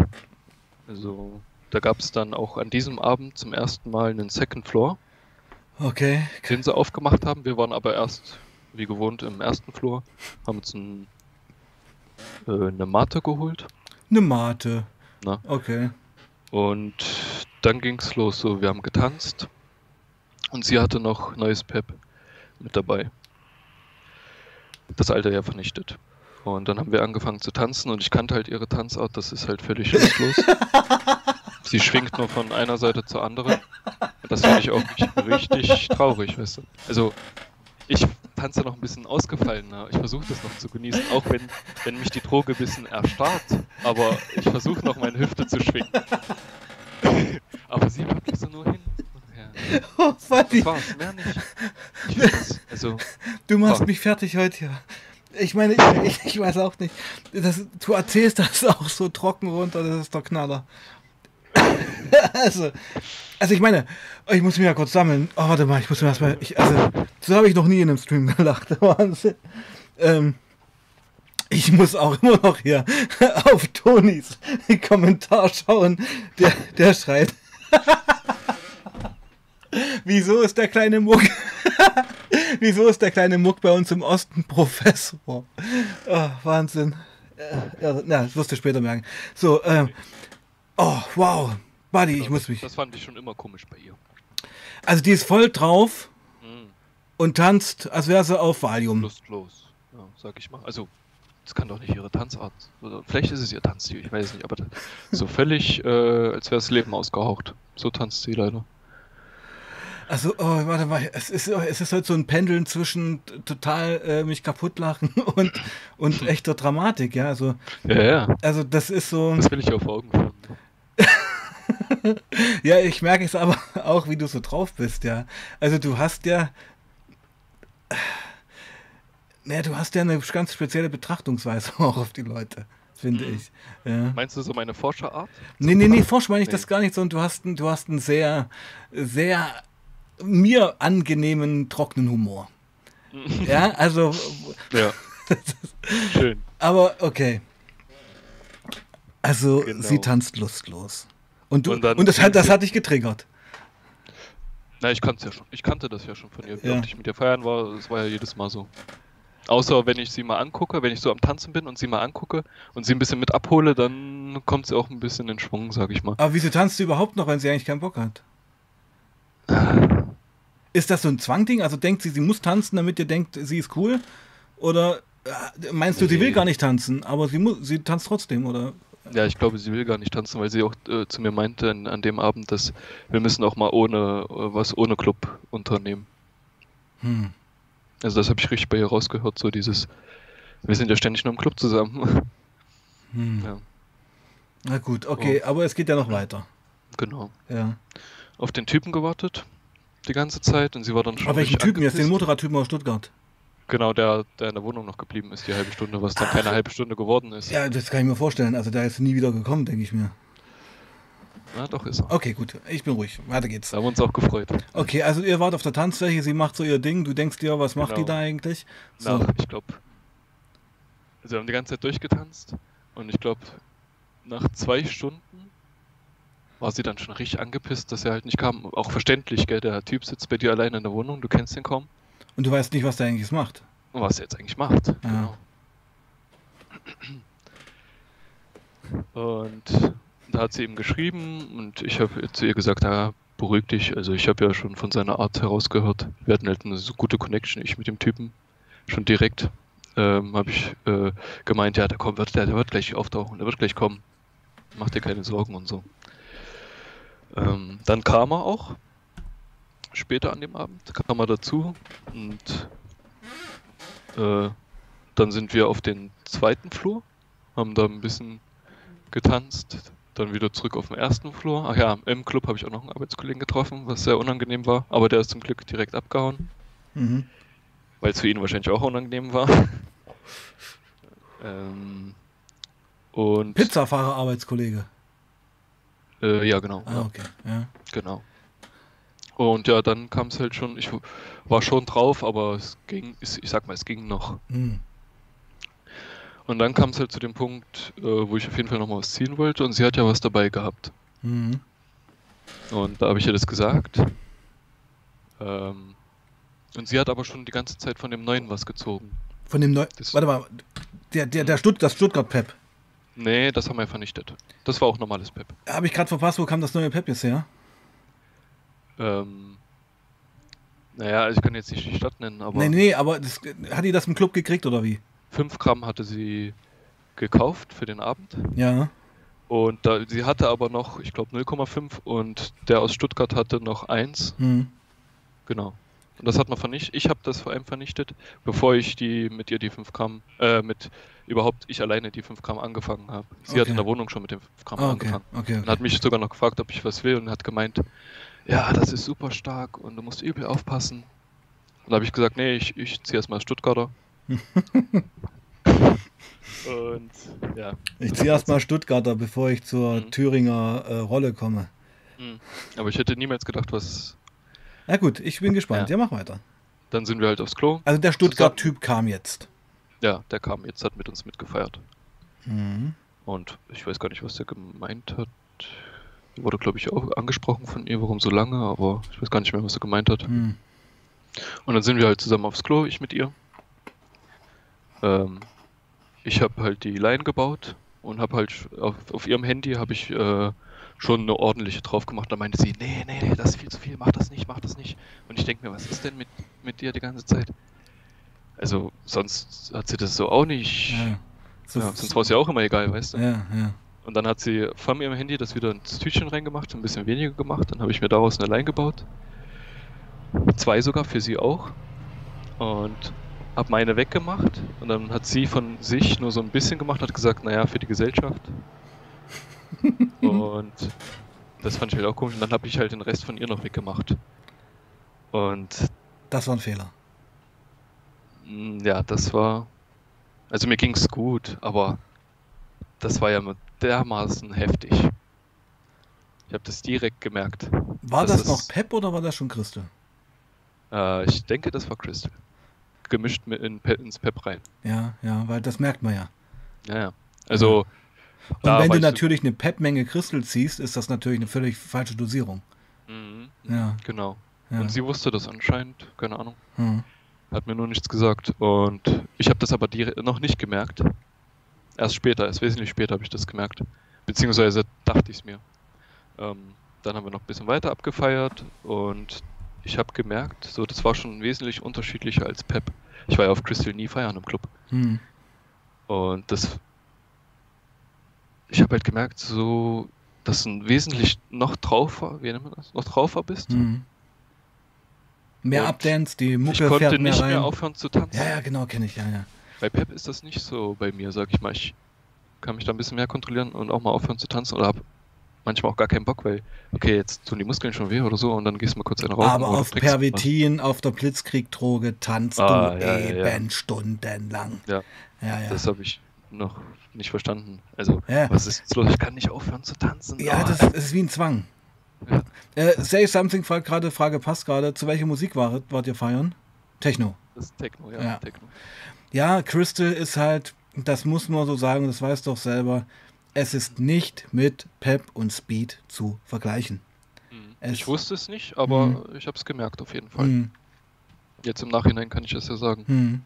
Also, da gab es dann auch an diesem Abend zum ersten Mal einen Second Floor. Okay. den sie aufgemacht haben. Wir waren aber erst, wie gewohnt, im ersten Flur, haben uns eine Mate geholt. Eine Mate. Na? Okay. Und dann ging's los. So, wir haben getanzt und sie hatte noch neues Pep mit dabei. Das alte ja vernichtet. Und dann haben wir angefangen zu tanzen und ich kannte halt ihre Tanzart, das ist halt völlig lustlos. Sie schwingt nur von einer Seite zur anderen. Und das finde ich auch richtig traurig, weißt du. Also, ich tanze noch ein bisschen ausgefallener. Ich versuche das noch zu genießen, auch wenn mich die Droge ein bisschen erstarrt. Aber ich versuche noch meine Hüfte zu schwingen. Aber sie wirklich so nur hin und her. Oh, Das war's, mehr nicht. Ich find das, also, Du machst mich fertig heute, ja. Ich meine, ich weiß auch nicht. Du erzählst das auch so trocken runter, das ist doch Knaller. also, also ich meine, ich muss mich ja kurz sammeln. Oh, warte mal, ich muss mir erstmal. So habe ich noch nie in einem Stream gelacht. Wahnsinn. Ich muss auch immer noch hier auf Tonis Kommentar schauen. Der schreit. Wieso ist der kleine Muck? Wieso ist der kleine Muck bei uns im Osten Professor? Oh, Wahnsinn. Ja, das wirst du später merken. So, oh, wow. Buddy, ich muss mich. Das fand ich schon immer komisch bei ihr. Also die ist voll drauf und tanzt, als wäre sie auf Valium. Lustlos, ja, sag ich mal. Also, das kann doch nicht ihre Tanzart. Oder vielleicht ist es ihr Tanzstil, ich weiß nicht, aber so völlig, als wäre das Leben ausgehaucht. So tanzt sie leider. Also, oh, warte mal, es ist halt so ein Pendeln zwischen total mich kaputt lachen und echter Dramatik, ja. Also, Ja. Also das ist so. Das will ich auf Augen führen. Ja, ich merke es aber auch, wie du so drauf bist, ja. Also du hast ja eine ganz spezielle Betrachtungsweise auch auf die Leute, finde ich. Ja. Meinst du so meine Forscherart? Nee, forsch meine ich das gar nicht, sondern du hast einen sehr, sehr mir angenehmen, trockenen Humor. Ja, also. Ja. Schön. Aber okay. Also Genau. sie tanzt lustlos. Und dann das hat dich getriggert. Na, ich kannte ja schon. Ich kannte das ja schon von ihr. Wie Ja. oft ich mit ihr feiern war, das war ja jedes Mal so. Außer wenn ich sie mal angucke, wenn ich so am Tanzen bin und sie mal angucke und sie ein bisschen mit abhole, dann kommt sie auch ein bisschen in Schwung, sag ich mal. Aber wieso tanzt sie überhaupt noch, wenn sie eigentlich keinen Bock hat? Ist das so ein Zwangding? Also denkt sie muss tanzen, damit ihr denkt, sie ist cool? Oder meinst du, sie will gar nicht tanzen, aber sie tanzt trotzdem, oder? Ja, ich glaube, sie will gar nicht tanzen, weil sie auch zu mir meinte an dem Abend, dass wir müssen auch mal ohne Club unternehmen. Also das habe ich richtig bei ihr rausgehört, so dieses, wir sind ja ständig nur im Club zusammen. Ja, Na gut, okay, aber es geht ja noch weiter. genau. Ja. Auf den Typen gewartet, die ganze Zeit, und sie war dann schon Aber welchen richtig Typen jetzt? Den angepisst. Motorradtypen aus Stuttgart? Genau, der in der Wohnung noch geblieben ist, die halbe Stunde, was dann keine halbe Stunde geworden ist. Ja, das kann ich mir vorstellen. Also der ist nie wieder gekommen, denke ich mir. Ja, doch ist er. Okay, gut, ich bin ruhig. Weiter geht's. Da haben wir uns auch gefreut. Okay, also ihr wart auf der Tanzfläche, sie macht so ihr Ding, du denkst dir, was macht die Genau. da eigentlich? So. Ich glaube, also wir haben die ganze Zeit durchgetanzt und ich glaube, nach 2 Stunden war sie dann schon richtig angepisst, dass er halt nicht kam. Auch verständlich, gell? Der Typ sitzt bei dir alleine in der Wohnung, du kennst ihn kaum. Und du weißt nicht, was der eigentlich macht. Und was er jetzt eigentlich macht. Ja. Genau. Und da hat sie ihm geschrieben und ich habe zu ihr gesagt, ja, beruhig dich. Also ich habe ja schon von seiner Art herausgehört. Wir hatten halt eine so gute Connection, ich mit dem Typen. Schon direkt habe ich gemeint, ja, der wird gleich auftauchen, der wird gleich kommen. Mach dir keine Sorgen und so. Dann kam er auch. Später an dem Abend kam er dazu und dann sind wir auf den 2. Flur, haben da ein bisschen getanzt, dann wieder zurück auf den 1. Flur. Ach ja, im Club habe ich auch noch einen Arbeitskollegen getroffen, was sehr unangenehm war, aber der ist zum Glück direkt abgehauen, weil es für ihn wahrscheinlich auch unangenehm war. Und Pizzafahrer, Arbeitskollege. ja, genau. Ah, okay. Ja. Genau. Und ja, dann kam es halt schon, ich war schon drauf, aber es ging noch. Und dann kam es halt zu dem Punkt, wo ich auf jeden Fall nochmal was ziehen wollte und sie hat ja was dabei gehabt. Und da habe ich ihr das gesagt. Und sie hat aber schon die ganze Zeit von dem Neuen was gezogen. Von dem Neuen. Warte mal, das Stuttgart-Pep. Nee, das haben wir vernichtet. Das war auch normales Pep. Habe ich gerade verpasst, wo kam das neue Pep jetzt her? Naja, also ich kann jetzt nicht die Stadt nennen, aber Nee, aber hat die das im Club gekriegt oder wie? 5 Gramm hatte sie gekauft für den Abend. Ja. Und sie hatte aber noch, ich glaube, 0,5 und der aus Stuttgart hatte noch 1. Genau. Und das hat man vernichtet. Ich habe das vor allem vernichtet, bevor ich mit ihr die 5 Gramm, ich alleine die 5 Gramm angefangen habe. Sie hat in der Wohnung schon mit den 5 Gramm angefangen. Okay. Und hat mich sogar noch gefragt, ob ich was will und hat gemeint, ja, das ist super stark und du musst übel aufpassen. Und da habe ich gesagt, nee, ich ziehe erstmal Stuttgarter. Und ja. Ich ziehe erstmal Stuttgarter, bevor ich zur Thüringer Rolle komme. Aber ich hätte niemals gedacht, was. Na gut, ich bin gespannt. Ja, mach weiter. Dann sind wir halt aufs Klo. Also der Stuttgart-Typ kam jetzt. Ja, der kam jetzt, hat mit uns mitgefeiert. Und ich weiß gar nicht, was der gemeint hat. Wurde, glaube ich, auch angesprochen von ihr, warum so lange, aber ich weiß gar nicht mehr, was er gemeint hat. Und dann sind wir halt zusammen aufs Klo, ich mit ihr. Ich habe halt die Line gebaut und habe halt auf ihrem Handy habe ich schon eine ordentliche drauf gemacht. Da meinte sie, nee, das ist viel zu viel, mach das nicht. Und ich denke mir, was ist denn mit dir die ganze Zeit? Also sonst hat sie das so auch nicht. Ja, sonst war es ja auch immer egal, weißt du? Ja. Und dann hat sie von ihrem Handy das wieder ins Tütchen reingemacht, ein bisschen weniger gemacht. Dann habe ich mir daraus eine Line gebaut. 2 sogar, für sie auch. Und habe meine weggemacht. Und dann hat sie von sich nur so ein bisschen gemacht, hat gesagt, naja, für die Gesellschaft. Und das fand ich halt auch komisch. Und dann habe ich halt den Rest von ihr noch weggemacht. Und das war ein Fehler. Ja, das war. Also mir ging es gut, aber das war ja dermaßen heftig. Ich habe das direkt gemerkt. War das noch Pep oder war das schon Crystal? Ich denke, das war Crystal. Gemischt ins Pep rein. Ja, weil das merkt man ja. Ja. Also. Und wenn du natürlich eine Pep-Menge Crystal ziehst, ist das natürlich eine völlig falsche Dosierung. Ja. Genau. Ja. Und sie wusste das anscheinend, keine Ahnung. Hat mir nur nichts gesagt. Und ich habe das aber noch nicht gemerkt. Erst wesentlich später habe ich das gemerkt. Beziehungsweise dachte ich es mir. Dann haben wir noch ein bisschen weiter abgefeiert und ich habe gemerkt, so das war schon wesentlich unterschiedlicher als Pep. Ich war ja auf Crystal nie feiern im Club. Und ich habe halt gemerkt, so, dass ein wesentlich noch draufer, wie nennt man das? Noch draufer bist. Mehr Updance, die Mucke ich konnte fährt mehr nicht rein. mehr aufhören zu tanzen. Ja, genau, kenne ich, ja. Bei Pep ist das nicht so bei mir, sag ich mal. Ich kann mich da ein bisschen mehr kontrollieren und auch mal aufhören zu tanzen oder habe manchmal auch gar keinen Bock, weil, okay, jetzt tun die Muskeln schon weh oder so und dann gehst du mal kurz einen rauchen. Aber auf Pervitin, auf der Blitzkrieg-Droge tanzt du stundenlang. Ja. Das habe ich noch nicht verstanden. Also, was ist jetzt los? Ich kann nicht aufhören zu tanzen. Ja, das ist wie ein Zwang. Ja. Say Something fragt gerade, Frage passt gerade. Zu welcher Musik wart ihr feiern? Techno. Das ist Techno, ja. Techno. Ja, Crystal ist halt, das muss man so sagen, das weißt du doch selber, es ist nicht mit Pep und Speed zu vergleichen. Ich wusste es nicht, aber ich habe es gemerkt auf jeden Fall. Jetzt im Nachhinein kann ich das ja sagen.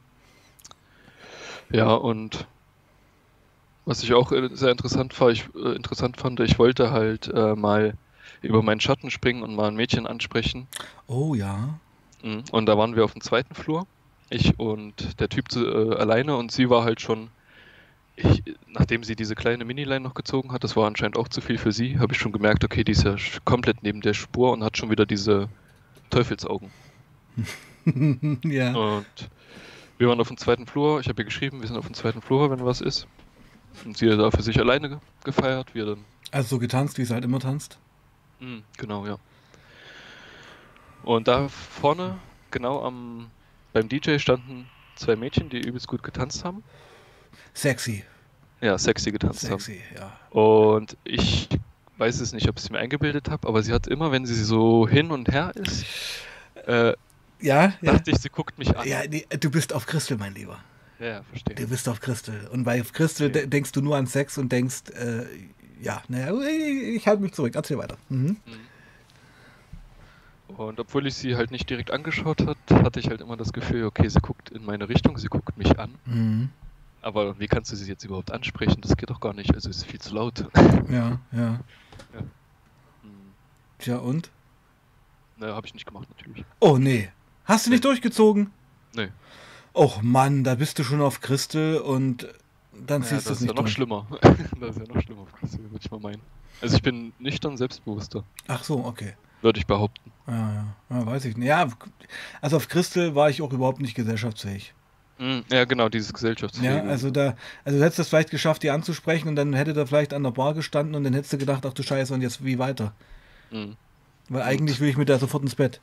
Ja, und was ich auch sehr interessant fand, ich wollte halt mal über meinen Schatten springen und mal ein Mädchen ansprechen. Oh ja. Und da waren wir auf dem 2. Flur. Ich und der Typ alleine und sie war halt schon, nachdem sie diese kleine Miniline noch gezogen hat, das war anscheinend auch zu viel für sie, habe ich schon gemerkt, okay, die ist ja komplett neben der Spur und hat schon wieder diese Teufelsaugen. Ja. Und wir waren auf dem 2. Flur, ich habe ihr geschrieben, wir sind auf dem 2. Flur, wenn was ist. Und sie hat da für sich alleine gefeiert, wir dann. Also so getanzt, wie sie halt immer tanzt? Genau, ja. Und da vorne, genau beim DJ standen 2 Mädchen, die übelst gut getanzt haben. Sexy. Ja, sexy getanzt haben. Sexy, ja. Und ich weiß es nicht, ob ich es mir eingebildet habe, aber sie hat immer, wenn sie so hin und her ist, dachte ich, sie guckt mich an. Ja, nee, du bist auf Crystal, mein Lieber. Ja, verstehe. Du bist auf Crystal. Und bei Crystal denkst du nur an Sex und denkst, ich halte mich zurück. Erzähl weiter. Und obwohl ich sie halt nicht direkt angeschaut hat, hatte ich halt immer das Gefühl, okay, sie guckt in meine Richtung, sie guckt mich an. Mhm. Aber wie kannst du sie jetzt überhaupt ansprechen? Das geht doch gar nicht, also es ist viel zu laut. Ja, ja. Ja. Hm. Tja, und? Naja, habe ich nicht gemacht, natürlich. Oh, nee. Hast du nicht Nee. durchgezogen? Nee. Och Mann, da bist du schon auf Christel und dann Naja, ziehst du es das ist ja nicht noch durch. schlimmer. Das ist ja noch schlimmer, würde ich mal meinen. Also ich bin nüchtern selbstbewusster, Ach so, okay. würde ich behaupten. Ja, ja. Ja, weiß ich nicht. Ja, also auf Christel war ich auch überhaupt nicht gesellschaftsfähig. Ja, genau, dieses Ja, Gesellschaftsfähige. also du hättest es vielleicht geschafft, die anzusprechen und dann hätte er vielleicht an der Bar gestanden und dann hättest du gedacht, ach du Scheiße, und jetzt wie weiter? Mhm. Weil eigentlich Und will ich mit der sofort ins Bett.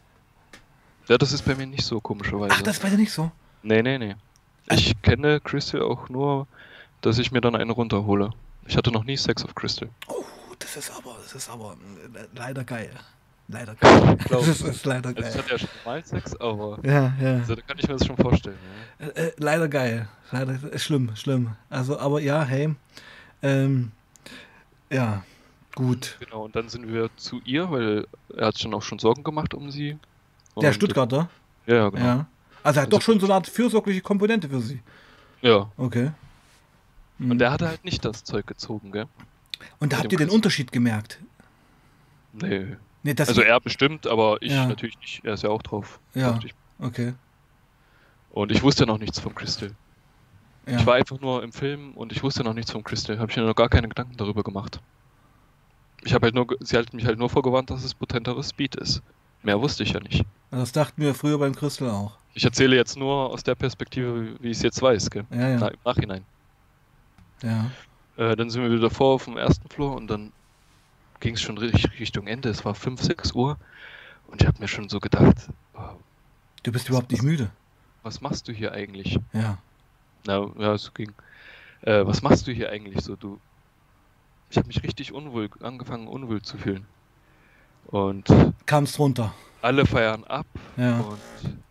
ja, das ist bei mir nicht so, Ach, komischerweise. das ist bei dir nicht so? Nee, nee, nee. Also, Ich kenne Crystal auch nur, dass ich mir dann eine runterhole. Ich hatte noch nie Sex auf Crystal. oh, das ist aber leider geil. Leider geil. Glaube Das ich. ist leider Also ich geil. hatte ja schon mal Sex, aber Ja, ja. also da kann ich mir das schon vorstellen. Leider geil. Leider schlimm, schlimm. Also, aber ja, hey, ähm, ja, gut. Genau, und dann sind wir zu ihr, weil er hat schon auch schon Sorgen gemacht um sie. Der Und Stuttgarter, ja, ja, genau. ja. Also er hat Also doch schon so eine Art fürsorgliche Komponente für sie. ja. Okay. Und Hm. der hatte halt nicht das Zeug gezogen, gell? Und da Mit habt dem ihr den Chris. Unterschied gemerkt? Nee. Nee, dass Also ihr. er bestimmt, aber ich Ja, natürlich nicht. Er ist ja auch drauf, ja, dachte ich. okay. Und ich wusste noch nichts vom Crystal. Ich Ja. war einfach nur im Film und ich wusste noch nichts vom Crystal. Habe ich mir noch gar keine Gedanken darüber gemacht. Ich habe halt nur, sie hat mich halt nur vorgewarnt, dass es potenteres Speed ist. Mehr wusste ich ja nicht. Also das dachten wir früher beim Crystal auch. Ich erzähle jetzt nur aus der Perspektive, wie ich es jetzt weiß, gell? Ja, ja, Im Nachhinein. ja. Dann sind wir wieder vor auf dem ersten Floor und dann ging es schon Richtung Ende. Es war 5, 6 Uhr und ich habe mir schon so gedacht, oh, Du bist was, überhaupt nicht was, müde. was machst du hier eigentlich? Ja. Na, ja, es ging. Was machst du hier eigentlich so? Ich habe mich richtig unwohl zu fühlen. Und Kamst runter. alle feiern ab Ja. und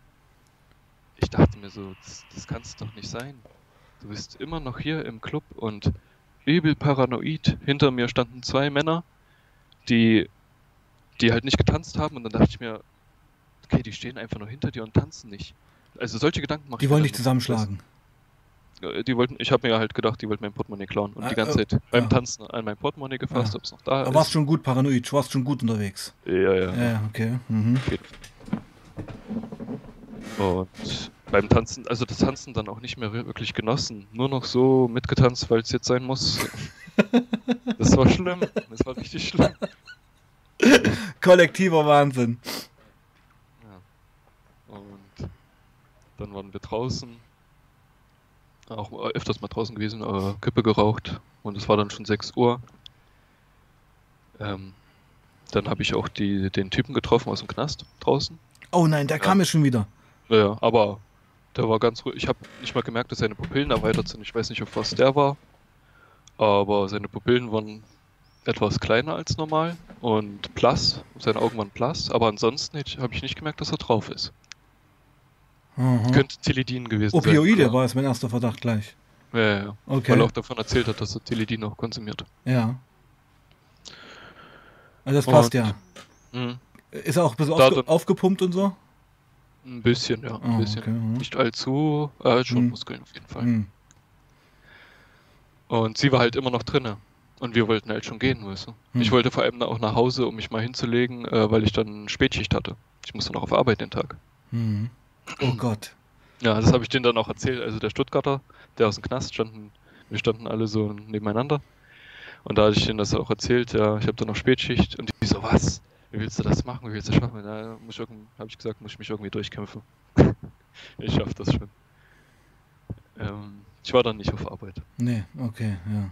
ich dachte mir so, das kann es doch nicht sein. Du bist immer noch hier im Club und übel paranoid. Hinter mir standen 2 Männer, die, die halt nicht getanzt haben und dann dachte ich mir, okay, die stehen einfach nur hinter dir und tanzen nicht. Also solche Gedanken mache Die ich mir wollen dann dich nur. zusammenschlagen. Ich habe mir halt gedacht, die wollten mein Portemonnaie klauen und die ganze Zeit beim Ja. Tanzen an mein Portemonnaie gefasst, Ja. ob es noch da Aber warst ist. schon gut paranoid, warst schon gut unterwegs. Ja, ja, Ja, okay. Mhm. auf jeden Fall. Und beim Tanzen, also das Tanzen dann auch nicht mehr wirklich genossen. Nur noch so mitgetanzt, weil es jetzt sein muss. Das war schlimm. Das war richtig schlimm. Kollektiver Wahnsinn. Ja. Und dann waren wir draußen. Auch öfters mal draußen gewesen, Kippe geraucht. Und es war dann schon 6 Uhr. Dann habe ich auch den Typen getroffen aus dem Knast draußen. Oh nein, der Ja. kam jetzt schon wieder. Ja, aber der war ganz ruhig. Ich habe nicht mal gemerkt, dass seine Pupillen erweitert sind. Ich weiß nicht, auf was der war. Aber seine Pupillen waren etwas kleiner als normal und blass. Seine Augen waren blass. Aber ansonsten habe ich nicht gemerkt, dass er drauf ist. Mhm. Könnte Tilidin gewesen sein. Opioide klar. war es mein erster Verdacht gleich. Ja, ja, ja. Weil er Okay. auch davon erzählt hat, dass er Tilidin auch konsumiert. Ja. Also das passt Und ja. mh, Ist er auch ein bisschen da dann aufgepumpt und so? ein bisschen, ja, ein Oh, bisschen. okay. Mhm. Nicht allzu, schon Mhm. Muskeln auf jeden Fall. Mhm. Und sie war halt immer noch drinne. Und wir wollten halt schon gehen, weißt du. Mhm. Ich wollte vor allem auch nach Hause, um mich mal hinzulegen, weil ich dann Spätschicht hatte. Ich musste noch auf Arbeit den Tag. Mhm. Oh Gott. Ja, das habe ich denen dann auch erzählt. Also der Stuttgarter, der aus dem Knast wir standen alle so nebeneinander. Und da hatte ich denen das auch erzählt, ja, ich habe dann noch Spätschicht. Und die so, was? Wie willst du das machen? Wie willst du das schaffen? Da habe ich gesagt, muss ich mich irgendwie durchkämpfen. Ich schaff das schon. Ich war dann nicht auf Arbeit. Nee, okay, ja.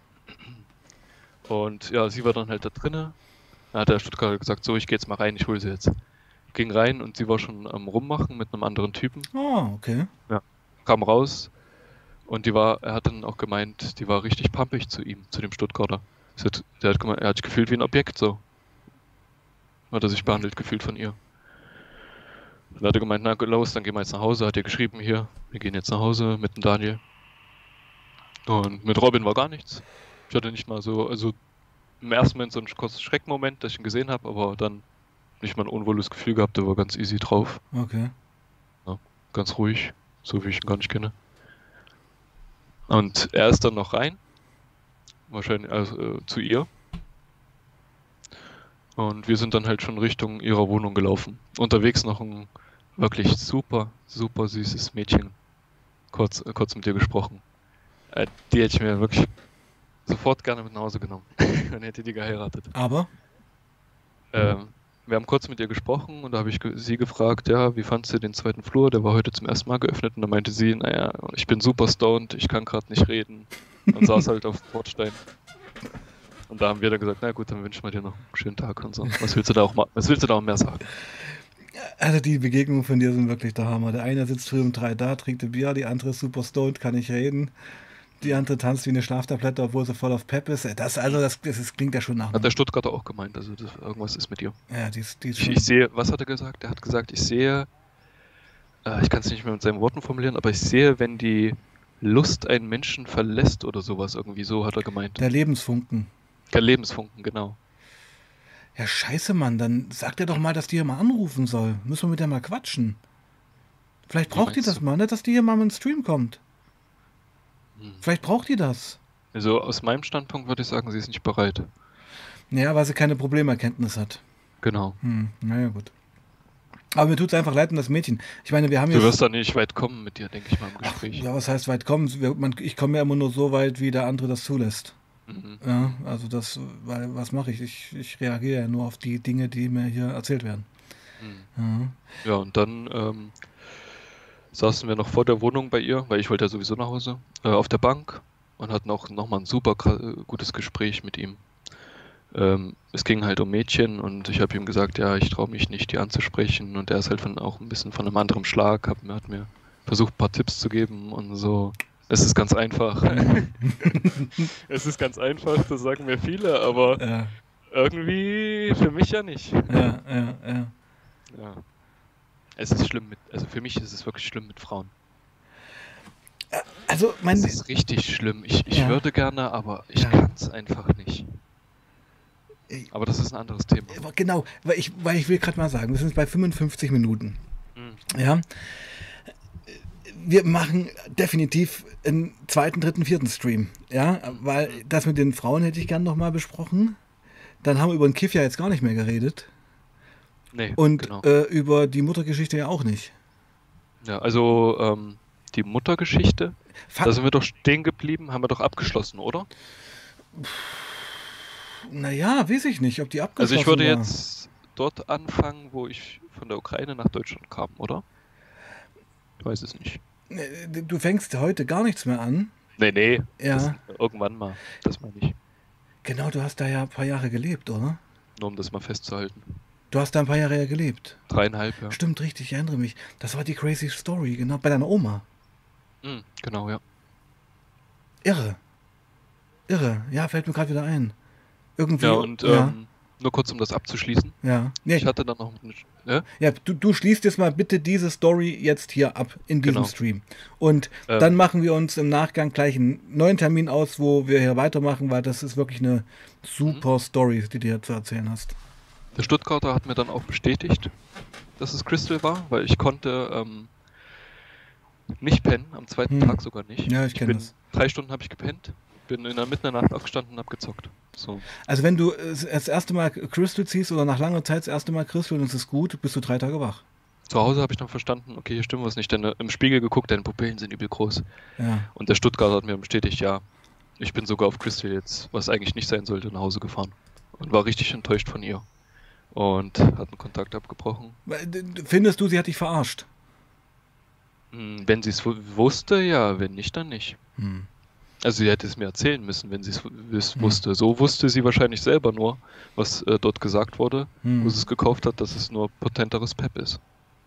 Und ja, sie war dann halt da drinne. Da hat der Stuttgarter gesagt, so, ich gehe jetzt mal rein, ich hole sie jetzt. Ging rein und sie war schon am Rummachen mit einem anderen Typen. Oh, okay. Kam raus und er hat dann auch gemeint, die war richtig pampig zu ihm, zu dem Stuttgarter. Er hat sich gefühlt wie ein Objekt, so. Hat er sich behandelt gefühlt von ihr. Dann hat er gemeint, na los, dann gehen wir jetzt nach Hause. Hat er geschrieben, hier, wir gehen jetzt nach Hause mit dem Daniel. Und mit Robin war gar nichts. Ich hatte nicht mal so, also im ersten Moment so einen kurzen Schreckmoment, dass ich ihn gesehen habe, aber dann nicht mal ein unwohles Gefühl gehabt, der war ganz easy drauf. Okay. Ja, ganz ruhig, so wie ich ihn gar nicht kenne. Und er ist dann noch rein, wahrscheinlich zu ihr. Und wir sind dann halt schon Richtung ihrer Wohnung gelaufen. Unterwegs noch ein wirklich super, super süßes Mädchen kurz mit ihr gesprochen. Die hätte ich mir wirklich sofort gerne mit nach Hause genommen. Dann hätte die geheiratet. Aber? Wir haben kurz mit ihr gesprochen und da habe ich sie gefragt, ja, wie fandst du den zweiten Flur? Der war heute zum ersten Mal geöffnet und da meinte sie, naja, ich bin super stoned, ich kann gerade nicht reden und saß halt auf dem Bordstein. Und da haben wir dann gesagt, na gut, dann wünschen wir dir noch einen schönen Tag und so. Was willst du da auch mehr sagen? Also die Begegnungen von dir sind wirklich der Hammer. Der eine sitzt früh um 3 da, trinkt ein Bier, die andere ist super stoned, kann nicht reden. Die andere tanzt wie eine Schlaftablette, obwohl sie voll auf Pep ist. Das klingt ja schon nach. Hat der Stuttgarter auch gemeint, also irgendwas ist mit ihr. Ja, die ist Ich sehe, was hat er gesagt? Er hat gesagt, ich sehe, ich kann es nicht mehr mit seinen Worten formulieren, aber ich sehe, wenn die Lust einen Menschen verlässt oder sowas, irgendwie so hat er gemeint. Der Lebensfunken. Der Lebensfunken, genau. Ja, scheiße, Mann, dann sagt er doch mal, dass die hier mal anrufen soll. Müssen wir mit der mal quatschen. Vielleicht braucht die das mal, ne, dass die hier mal mit dem Stream kommt. Vielleicht braucht die das. Also aus meinem Standpunkt würde ich sagen, sie ist nicht bereit. Ja, weil sie keine Problemerkenntnis hat. Genau. Naja, gut. Aber mir tut es einfach leid um das Mädchen. Ich meine, wir haben Du wirst da nicht weit kommen mit dir, denke ich mal, im Gespräch. Ach, ja, was heißt weit kommen? Ich komme ja immer nur so weit, wie der andere das zulässt. Ja, also weil was mache ich? Ich reagiere ja nur auf die Dinge, die mir hier erzählt werden. Ja, und dann saßen wir noch vor der Wohnung bei ihr, weil ich wollte ja sowieso nach Hause, auf der Bank und hatten auch nochmal ein super gutes Gespräch mit ihm. Es ging halt um Mädchen und ich habe ihm gesagt, ja, ich traue mich nicht, die anzusprechen und er ist halt auch ein bisschen von einem anderen Schlag, hat mir versucht, ein paar Tipps zu geben und so. Es ist ganz einfach. Es ist ganz einfach, das sagen mir viele, aber irgendwie für mich ja nicht. Ja. Es ist schlimm also für mich ist es wirklich schlimm mit Frauen. Also, es ist richtig schlimm. Ich würde gerne, aber ich kann es einfach nicht. Aber das ist ein anderes Thema. Genau, weil ich will gerade mal sagen, wir sind bei 55 Minuten. Ja. Wir machen definitiv einen zweiten, dritten, vierten Stream. Ja, weil das mit den Frauen hätte ich gern nochmal besprochen. Dann haben wir über den Kiff ja jetzt gar nicht mehr geredet. Nee, und genau. Über die Muttergeschichte ja auch nicht. Ja, also die Muttergeschichte, da sind wir doch stehen geblieben, haben wir doch abgeschlossen, oder? Naja, weiß ich nicht, ob die abgeschlossen war. Also ich würde war. jetzt dort anfangen, wo ich von der Ukraine nach Deutschland kam, oder? Ich weiß es nicht. Du fängst heute gar nichts mehr an. Nee. Ja. Irgendwann mal, das meine ich. Genau, du hast da ja ein paar Jahre gelebt, oder? Nur um das mal festzuhalten. Du hast da ein paar Jahre ja gelebt. 3,5, ja. Stimmt, richtig, ich erinnere mich. Das war die crazy Story, genau, bei deiner Oma. Genau, ja. Irre. Ja, fällt mir gerade wieder ein. Irgendwie. Ja, und nur kurz, um das abzuschließen. Ja. Nee. Ich hatte dann noch Ja, du schließt jetzt mal bitte diese Story jetzt hier ab in diesem Stream. Und dann machen wir uns im Nachgang gleich einen neuen Termin aus, wo wir hier weitermachen, weil das ist wirklich eine super Story, die du hier zu erzählen hast. Der Stuttgarter hat mir dann auch bestätigt, dass es Crystal war, weil ich konnte nicht pennen, am zweiten Tag sogar nicht. Ja, ich kenne das. 3 Stunden habe ich gepennt, bin mitten in der Nacht aufgestanden und habe gezockt. So. Also wenn du das erste Mal Crystal ziehst oder nach langer Zeit das erste Mal Crystal und es ist gut, bist du 3 Tage wach. Zu Hause habe ich dann verstanden, okay, hier stimmt was nicht, denn im Spiegel geguckt, deine Pupillen sind übel groß. Ja. Und der Stuttgarter hat mir bestätigt, ja, ich bin sogar auf Crystal jetzt, was eigentlich nicht sein sollte, nach Hause gefahren. Und war richtig enttäuscht von ihr. Und hat einen Kontakt abgebrochen. Findest du, sie hat dich verarscht? Wenn sie es wusste, ja, wenn nicht, dann nicht. Also sie hätte es mir erzählen müssen, wenn sie es wusste. So wusste sie wahrscheinlich selber nur, was dort gesagt wurde, wo sie es gekauft hat, dass es nur potenteres Pep ist.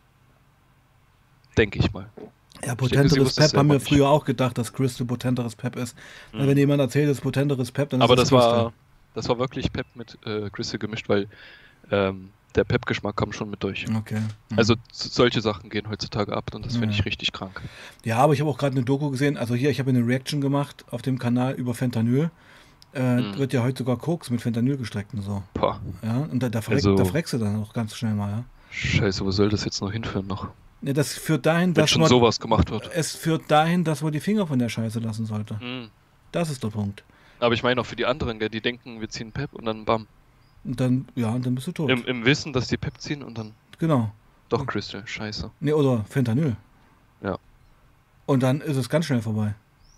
Denke ich mal. Ja, potenteres Pep haben wir früher auch gedacht, dass Crystal potenteres Pep ist. Weil wenn jemand erzählt, es ist potenteres Pep, dann ist aber das Crystal. Das war wirklich Pep mit Crystal gemischt, weil der Pep-Geschmack kam schon mit durch. Okay. Also solche Sachen gehen heutzutage ab und das finde ich richtig krank. Ja, aber ich habe auch gerade eine Doku gesehen, also hier, ich habe eine Reaction gemacht auf dem Kanal über Fentanyl Wird ja heute sogar Koks mit Fentanyl gestreckt und so. Boah. Ja, und da Also, verreckst du dann auch ganz schnell mal, ja. scheiße, wo soll das jetzt noch hinführen noch? Ne, das führt dahin, Wenn dass schon man, sowas gemacht wird. es führt dahin, dass man die Finger von der Scheiße lassen sollte. Hm. Das ist der Punkt. Aber ich meine auch für die anderen, gell, die denken, wir ziehen Pep und dann bam. Und dann, ja, und dann bist du tot. Im Wissen, dass die Pep ziehen und dann Genau. doch Crystal. Scheiße. Ne, oder Fentanyl. Ja, Und dann ist es ganz schnell vorbei.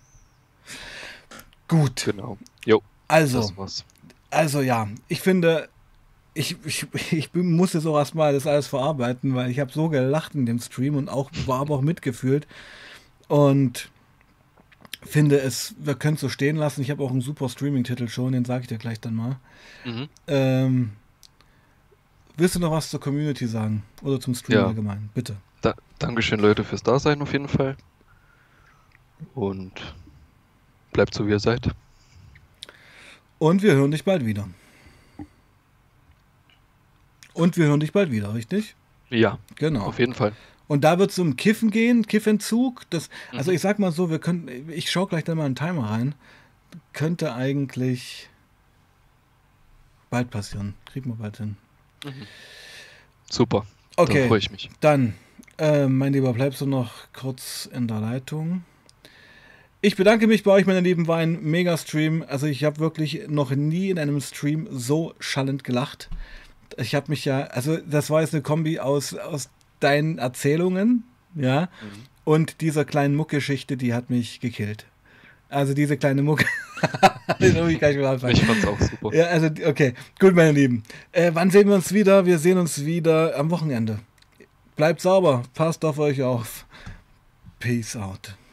Gut. genau. Jo, Also, das war's. ja, ich finde, ich muss jetzt auch erstmal das alles verarbeiten, weil ich habe so gelacht in dem Stream und war aber auch mitgefühlt und finde es, wir können es so stehen lassen. Ich habe auch einen super Streaming-Titel schon, den sage ich dir gleich dann mal. Mhm. Willst du noch was zur Community sagen? Oder zum Stream Ja, allgemein? Bitte. Dankeschön, Leute, fürs Dasein auf jeden Fall. Und bleibt so, wie ihr seid. Und wir hören dich bald wieder. Richtig? Ja, Genau. auf jeden Fall. Und da wird es um Kiffen gehen, Kiffentzug. Also Mhm. ich sag mal so, ich schaue gleich dann mal einen Timer rein. Könnte eigentlich bald passieren. Kriegen wir bald hin. Mhm. Super. Da Okay, freue ich mich. dann, mein Lieber, bleibst du noch kurz in der Leitung. Ich bedanke mich bei euch, meine Lieben, war ein Mega-Stream. Also ich habe wirklich noch nie in einem Stream so schallend gelacht. Ich habe mich also das war jetzt eine Kombi aus deinen Erzählungen, ja, Mhm. und dieser kleinen Muckgeschichte, die hat mich gekillt. Also diese kleine Mucke, den habe ich gleich wieder anfangen. Ich fand's auch super. Ja, also okay, gut, meine Lieben. Wann sehen wir uns wieder? Wir sehen uns wieder am Wochenende. Bleibt sauber, passt auf euch auf. Peace out.